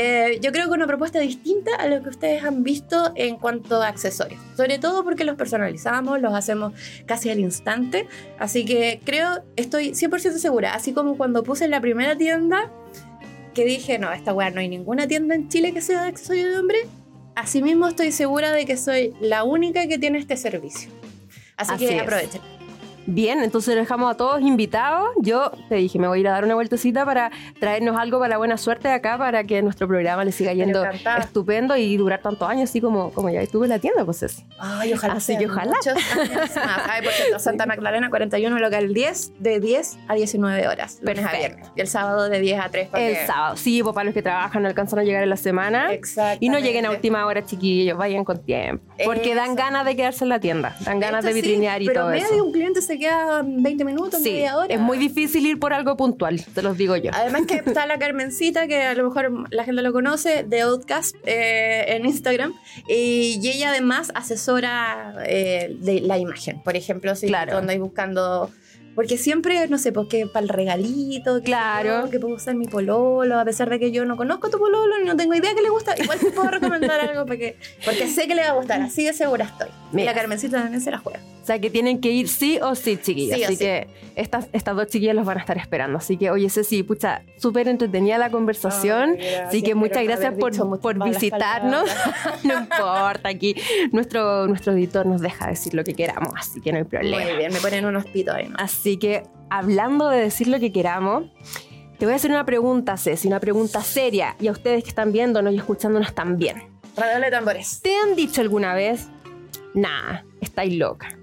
yo creo que una propuesta distinta a lo que ustedes han visto en cuanto a accesorios. Sobre todo porque los personalizamos, los hacemos casi al instante. Así que estoy 100% segura. Así como cuando puse en la primera tienda, que dije, no, esta weá no hay ninguna tienda en Chile que sea de accesorio de hombre. Asimismo estoy segura de que soy la única que tiene este servicio. Así que aprovechen. Bien, entonces dejamos a todos invitados. Yo te dije, me voy a ir a dar una vueltecita para traernos algo para la buena suerte de acá, para que nuestro programa le siga yendo estupendo y durar tantos años, así como ya estuve en la tienda, pues eso. Ay, ojalá. Así que ojalá. Muchos años más. Ay, por cierto, Santa Magdalena 41, local 10, de 10 a 19 horas. Lunes a viernes. Y el sábado de 10 a 3. El sábado, sí, pues para los que trabajan no alcanzan a llegar en la semana. Exacto. Y no lleguen a última hora, chiquillos, vayan con tiempo. Porque dan ganas de quedarse en la tienda, dan ganas de vitrinear y todo eso. Pero medio un cliente se queda 20 minutos, media hora. Es muy difícil ir por algo puntual, te los digo yo. Además que está la Carmencita, que a lo mejor la gente lo conoce, de Outcast en Instagram, y ella además asesora de la imagen. Por ejemplo, si andáis buscando... Porque siempre, no sé, porque para el regalito, que puedo usar mi pololo, a pesar de que yo no conozco tu pololo y no tengo idea que le gusta, igual te puedo recomendar algo porque sé que le va a gustar, así de segura estoy. Mira, la Carmencita también se la juega. O sea, que tienen que ir sí o sí, chiquillas. Sí, así que estas dos chiquillas los van a estar esperando. Así que, oye, Ceci, pucha, súper entretenida la conversación. Así que muchas gracias por visitarnos. No importa, aquí nuestro editor nos deja decir lo que queramos, así que no hay problema. Muy bien, me ponen unos pitos ahí, ¿no? Así que, hablando de decir lo que queramos, te voy a hacer una pregunta, Ceci, una pregunta seria. Y a ustedes que están viéndonos y escuchándonos también. Radale tambores. ¿Te han dicho alguna vez, nah, estáis loca?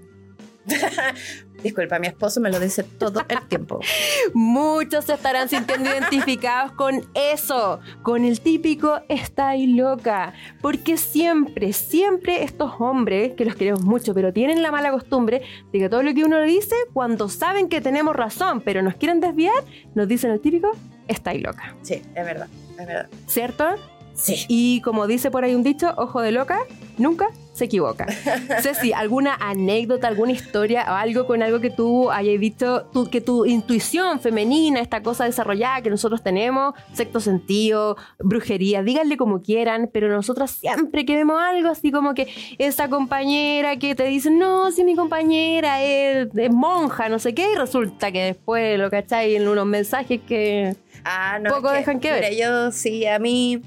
Disculpa, mi esposo me lo dice todo el tiempo. Muchos se estarán sintiendo identificados con eso, con el típico estáis loca, porque siempre estos hombres, que los queremos mucho, pero tienen la mala costumbre de que todo lo que uno le dice, cuando saben que tenemos razón, pero nos quieren desviar, nos dicen el típico estáis loca. Sí, es verdad. ¿Cierto? Sí. Y como dice por ahí un dicho, ojo de loca, nunca se equivoca. Ceci, ¿alguna anécdota, alguna historia o algo con algo que tú hayas visto, que tu intuición femenina, esta cosa desarrollada que nosotros tenemos, sexto sentido, brujería, díganle como quieran, pero nosotros siempre que vemos algo así como que esa compañera que te dice, no, si mi compañera es monja, no sé qué, y resulta que después lo cachai en unos mensajes que poco dejan que ver. Mira, yo sí, a mí...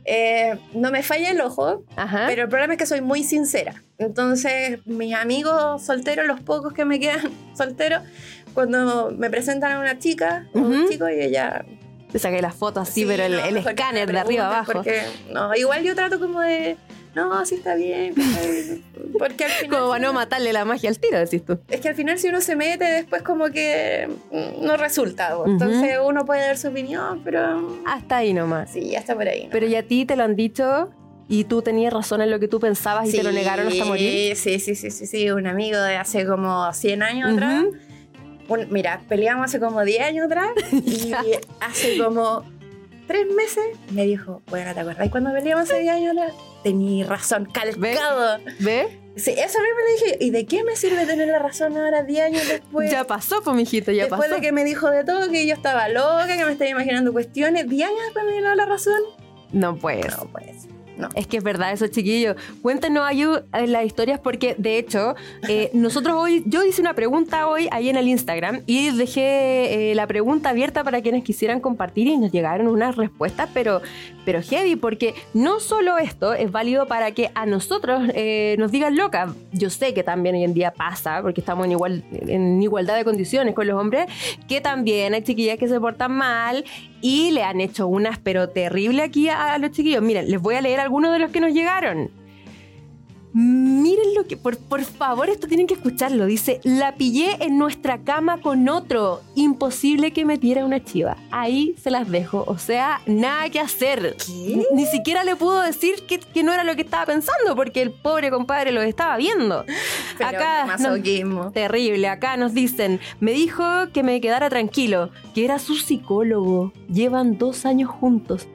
no me falla el ojo, pero el problema es que soy muy sincera. Entonces, mis amigos solteros, los pocos que me quedan solteros, cuando me presentan a una chica o un chico y ella... Te saqué las fotos así, pero el escáner de arriba abajo. Porque, igual yo trato como de... No, sí está bien. Porque al final... Como para no matarle la magia al tiro, decís tú. Es que al final si uno se mete después como que no resulta. Entonces uno puede dar su opinión, pero... Hasta ahí nomás. Sí, hasta por ahí. Pero ya a ti te lo han dicho y tú tenías razón en lo que tú pensabas y te lo negaron hasta morir. Sí. Un amigo de hace como 100 años atrás. Mira, peleamos hace como 10 años atrás y hace como 3 meses me dijo, bueno, ¿te acordás cuando peleamos hace 10 años atrás? Tení razón, calcado. ¿Ves? Sí, eso mismo le dije. ¿Y de qué me sirve tener la razón ahora 10 años después? Ya pasó, pues, mijito, ya pasó. Después de que me dijo de todo, que yo estaba loca, que me estaba imaginando cuestiones, 10 años después me dio la razón. No puedes. No. Es que es verdad eso, chiquillos. Cuéntenos ahí las historias porque, de hecho, yo hice una pregunta hoy ahí en el Instagram y dejé la pregunta abierta para quienes quisieran compartir y nos llegaron unas respuestas, pero heavy, porque no solo esto es válido para que a nosotros nos digan loca. Yo sé que también hoy en día pasa, porque estamos en igualdad de condiciones con los hombres, que también hay chiquillas que se portan mal y le han hecho unas pero terrible aquí a los chiquillos. Miren, les voy a leer algunos de los que nos llegaron. Miren lo que... Por favor, esto tienen que escucharlo. Dice, la pillé en nuestra cama con otro. Imposible que metiera una chiva. Ahí se las dejo. O sea, nada que hacer. ¿Qué? Ni siquiera le pudo decir que no era lo que estaba pensando, porque el pobre compadre lo estaba viendo. Pero Acá masoquismo. terrible. Acá nos dicen, me dijo que me quedara tranquilo, que era su psicólogo. Llevan 2 años juntos.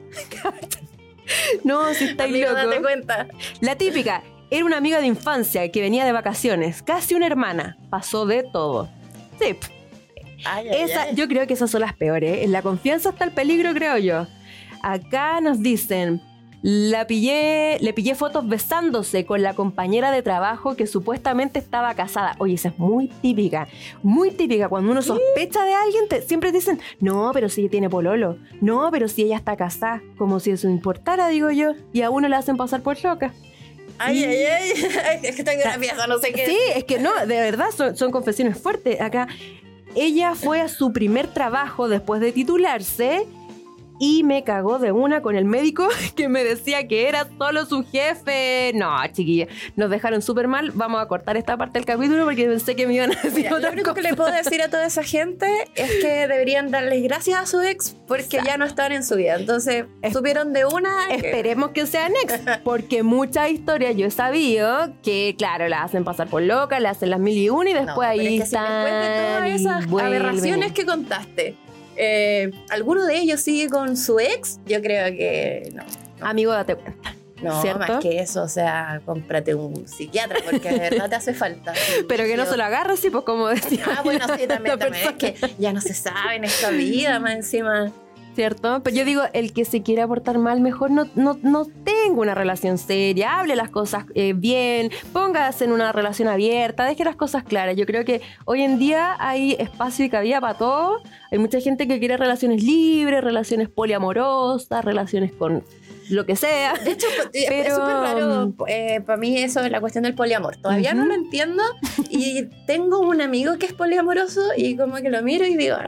No, si estáis Amigo, loco. date cuenta. La típica, era una amiga de infancia que venía de vacaciones, casi una hermana, pasó de todo. Sí, Ay, ay, ay. yo creo que esas son las peores. En la confianza está el peligro, creo yo. Acá nos dicen, le pillé fotos besándose con la compañera de trabajo que supuestamente estaba casada. Oye, esa es muy típica. Muy típica. Cuando uno sospecha de alguien, siempre dicen, no, pero si ella tiene pololo. No, pero si ella está casada. Como si eso importara, digo yo. Y a uno le hacen pasar por loca. Ay, ay, ay. Es que estoy graciosa, no sé qué. Sí, es que no, de verdad, son confesiones fuertes. Acá, ella fue a su primer trabajo después de titularse y me cagó de una con el médico que me decía que era solo su jefe. No, chiquilla, nos dejaron súper mal. Vamos a cortar esta parte del capítulo porque pensé que me iban a decir Mira, otra lo único cosa. que le puedo decir a toda esa gente es que deberían darles gracias a su ex porque ya no están en su vida. Entonces, supieron de una... que- Esperemos que sean ex, porque muchas historias yo he sabido que, claro, la hacen pasar por loca, le hacen las 1001 y No, después pero ahí es que si están. después de todas y esas vuelven. aberraciones que contaste, ¿alguno de ellos sigue con su ex? Yo creo que no. Amigo, date cuenta. No, ¿Cierto? más que eso, o sea, cómprate un psiquiatra porque de verdad te hace falta. Pero que no se lo agarre, sí, pues como decía. Ah, bueno, sí, también, la también. Es que ya no se sabe en esta vida, más encima. ¿Cierto? Pero yo digo, el que se quiera portar mal, mejor no tenga una relación seria, hable las cosas bien, póngase en una relación abierta, deje las cosas claras. Yo creo que hoy en día hay espacio y cabida para todo. Hay mucha gente que quiere relaciones libres, relaciones poliamorosas, relaciones con lo que sea. De hecho, es Pero- súper raro para mí eso de la cuestión del poliamor. Todavía no lo entiendo y tengo un amigo que es poliamoroso y como que lo miro y digo,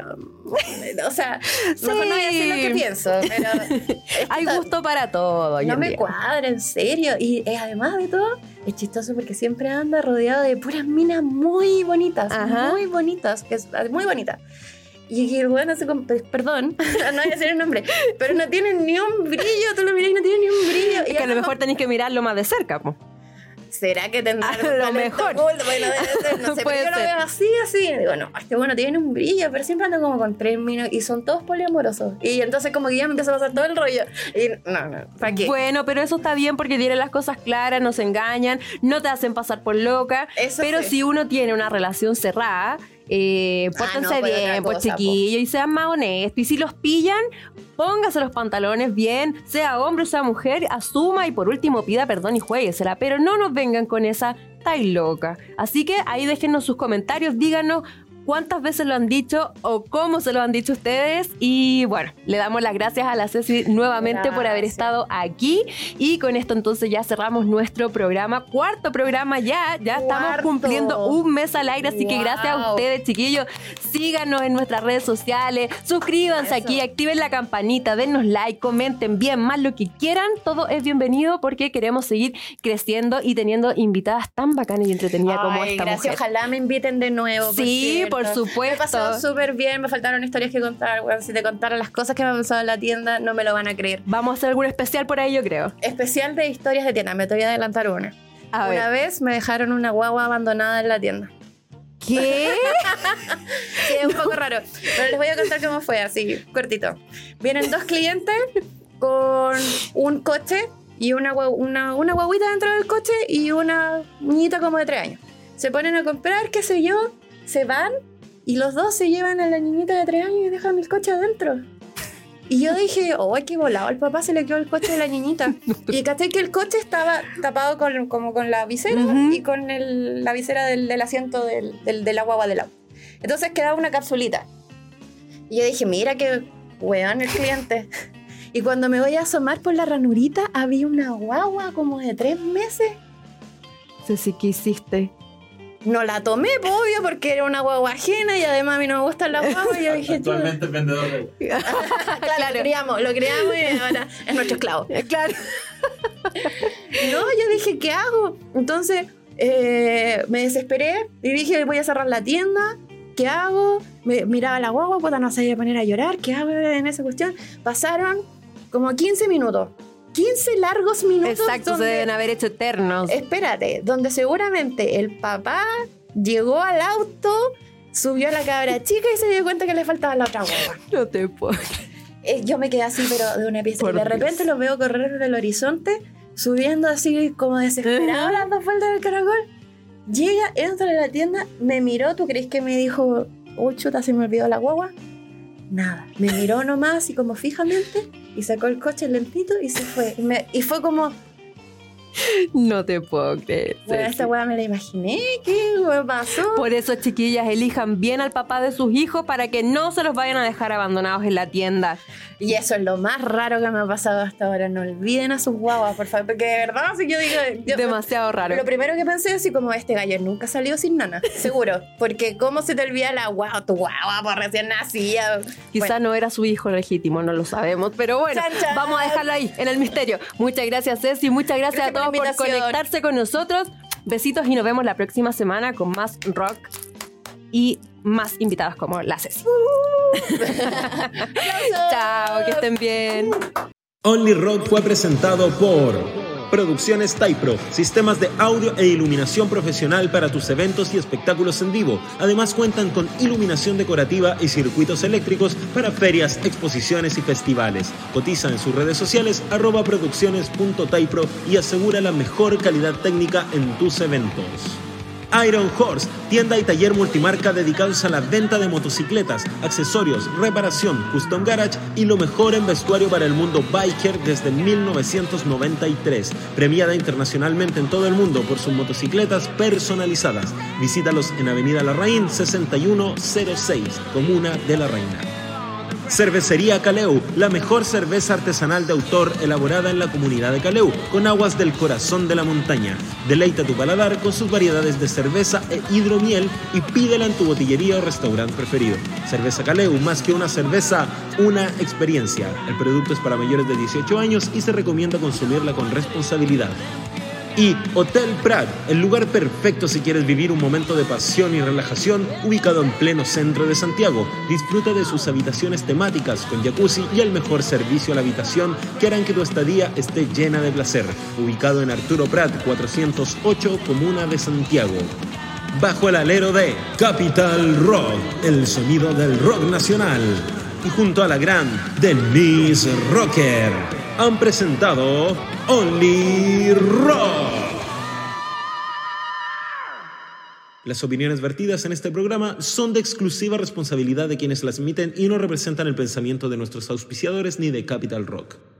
o sea, mejor no voy a decir lo que pienso, pero Hay gusto para todo. hoy no en me día. cuadra, en serio. Y además de todo, es chistoso porque siempre anda rodeado de puras minas muy bonitas, Ajá. muy bonitas, que es muy bonita. Y el weón hace perdón, no voy a decir el nombre, pero no tiene ni un brillo, tú lo miras y no tiene ni un brillo. Es Y que a lo anda mejor tenéis que mirarlo más de cerca, po. ¿será que tendrá A algún lo talento mejor. oculto? Bueno, debe ser, no sé, Puede pero yo lo ser. veo así. Y digo, no, este bueno tiene un brillo, pero siempre anda como con 3 minas y son todos poliamorosos. Y entonces como que ya me empieza a pasar todo el rollo. Y no, ¿para qué? Bueno, pero eso está bien porque tienen las cosas claras, no se engañan, no te hacen pasar por loca. Eso pero sí. si uno tiene una relación cerrada, pórtense no, pues bien, otra pues cosa, chiquillos, y sean más honestos. Y si los pillan, póngase los pantalones bien, sea hombre o sea mujer, asuma y por último pida perdón y juéguesela. Pero no nos vengan con esa estáis loca. Así que ahí déjenos sus comentarios, díganos cuántas veces lo han dicho o cómo se lo han dicho ustedes. Y bueno, le damos las gracias a la Ceci nuevamente por haber Gracias. estado aquí. Y con esto entonces ya cerramos nuestro programa, 4º programa ya estamos Cuarto. cumpliendo un mes al aire, así que gracias a Wow. ustedes, chiquillos. Síganos en nuestras redes sociales, suscríbanse Eso. aquí, activen la campanita, dennos like, comenten bien, más lo que quieran, todo es bienvenido porque queremos seguir creciendo y teniendo invitadas tan bacanas y entretenidas como Ay, esta gracias, mujer. ojalá me inviten de nuevo. Sí, por cierto. supuesto. Me he pasado súper bien, me faltaron historias que contar. Bueno, si te contara las cosas que me han pasado en la tienda, no me lo van a creer. Vamos a hacer algún especial por ahí, yo creo. Especial de historias de tienda, me te voy a adelantar una. A Una ver. vez me dejaron una guagua abandonada en la tienda. ¿Qué? Sí, es un poco raro. Pero les voy a contar cómo fue, así, cortito. Vienen 2 clientes con un coche y una guaguita dentro del coche y una niñita como de 3 años. Se ponen a comprar, qué sé yo, se van y los dos se llevan a la niñita de 3 años y dejan el coche adentro. Y yo dije, ¡ay, qué volado! Al papá se le quedó el coche de la niñita. Y caché que el coche estaba tapado como con la visera Ujú. y con la visera del asiento de la guagua del auto. Entonces quedaba una capsulita. Y yo dije, mira qué weón el cliente. Y cuando me voy a asomar por la ranurita, había una guagua como de 3 meses. Ceci, ¿qué hiciste? No la tomé, pues, obvio, porque era una guagua ajena y además a mí no me gustan las guaguas. Y yo dije, chuta. Actualmente es vendedor de Claro, lo criamos y ahora es nuestro esclavo. Claro. No, yo dije, ¿qué hago? Entonces me desesperé y dije, voy a cerrar la tienda. ¿Qué hago? Me miraba la guagua, puta, no sabía poner a llorar. ¿Qué hago en esa cuestión? Pasaron como 15 minutos. 15 largos minutos. Exacto, se deben haber hecho eternos. Espérate, donde seguramente el papá llegó al auto, subió a la cabra chica y se dio cuenta que le faltaba la otra guagua. No te puedo. Yo me quedé así, pero de una pieza. Y de repente los veo correr desde el horizonte, subiendo así como desesperado las dos faldas del caracol. Llega, entra a la tienda, me miró. ¿Tú crees que me dijo, uy, chuta, se me olvidó la guagua? Nada. Me miró nomás y como fijamente y sacó el coche lentito y se fue. Y fue como... No te puedo creer. Bueno, esta weá me la imaginé. ¿Qué pasó? Por eso, chiquillas, elijan bien al papá de sus hijos para que no se los vayan a dejar abandonados en la tienda. Y eso es lo más raro que me ha pasado hasta ahora. No olviden a sus guaguas, por favor. Porque de verdad, si yo digo... Demasiado raro. Lo primero que pensé es así como, este gallo nunca salió sin nana. Seguro. Porque cómo se te olvida la guagua, tu guagua, por recién nacida. Quizá no era su hijo legítimo, no lo sabemos. Pero bueno, Chan, chan. Vamos a dejarlo ahí, en el misterio. Muchas gracias, Ceci. Muchas gracias a todos por conectarse con nosotros. Besitos y nos vemos la próxima semana con más rock y más invitados como la Ceci. Chao, que estén bien. Only Rock fue presentado por Producciones Typro, sistemas de audio e iluminación profesional para tus eventos y espectáculos en vivo. Además cuentan con iluminación decorativa y circuitos eléctricos para ferias, exposiciones y festivales. Cotiza en sus redes sociales @producciones.typro y asegura la mejor calidad técnica en tus eventos. Iron Horse, tienda y taller multimarca dedicados a la venta de motocicletas, accesorios, reparación, custom garage y lo mejor en vestuario para el mundo biker desde 1993. Premiada internacionalmente en todo el mundo por sus motocicletas personalizadas. Visítalos en Avenida Larraín 6106, Comuna de La Reina. Cervecería Caleu, la mejor cerveza artesanal de autor elaborada en la comunidad de Caleu, con aguas del corazón de la montaña. Deleita tu paladar con sus variedades de cerveza e hidromiel y pídela en tu botillería o restaurante preferido. Cerveza Caleu, más que una cerveza, una experiencia. El producto es para mayores de 18 años y se recomienda consumirla con responsabilidad. Y Hotel Prat, el lugar perfecto si quieres vivir un momento de pasión y relajación, ubicado en pleno centro de Santiago. Disfruta de sus habitaciones temáticas con jacuzzi y el mejor servicio a la habitación que harán que tu estadía esté llena de placer. Ubicado en Arturo Prat 408, Comuna de Santiago. Bajo el alero de Capital Rock, el sonido del rock nacional. Y junto a la gran Denise Rocker, han presentado Only Rock. Las opiniones vertidas en este programa son de exclusiva responsabilidad de quienes las emiten y no representan el pensamiento de nuestros auspiciadores ni de Capital Rock.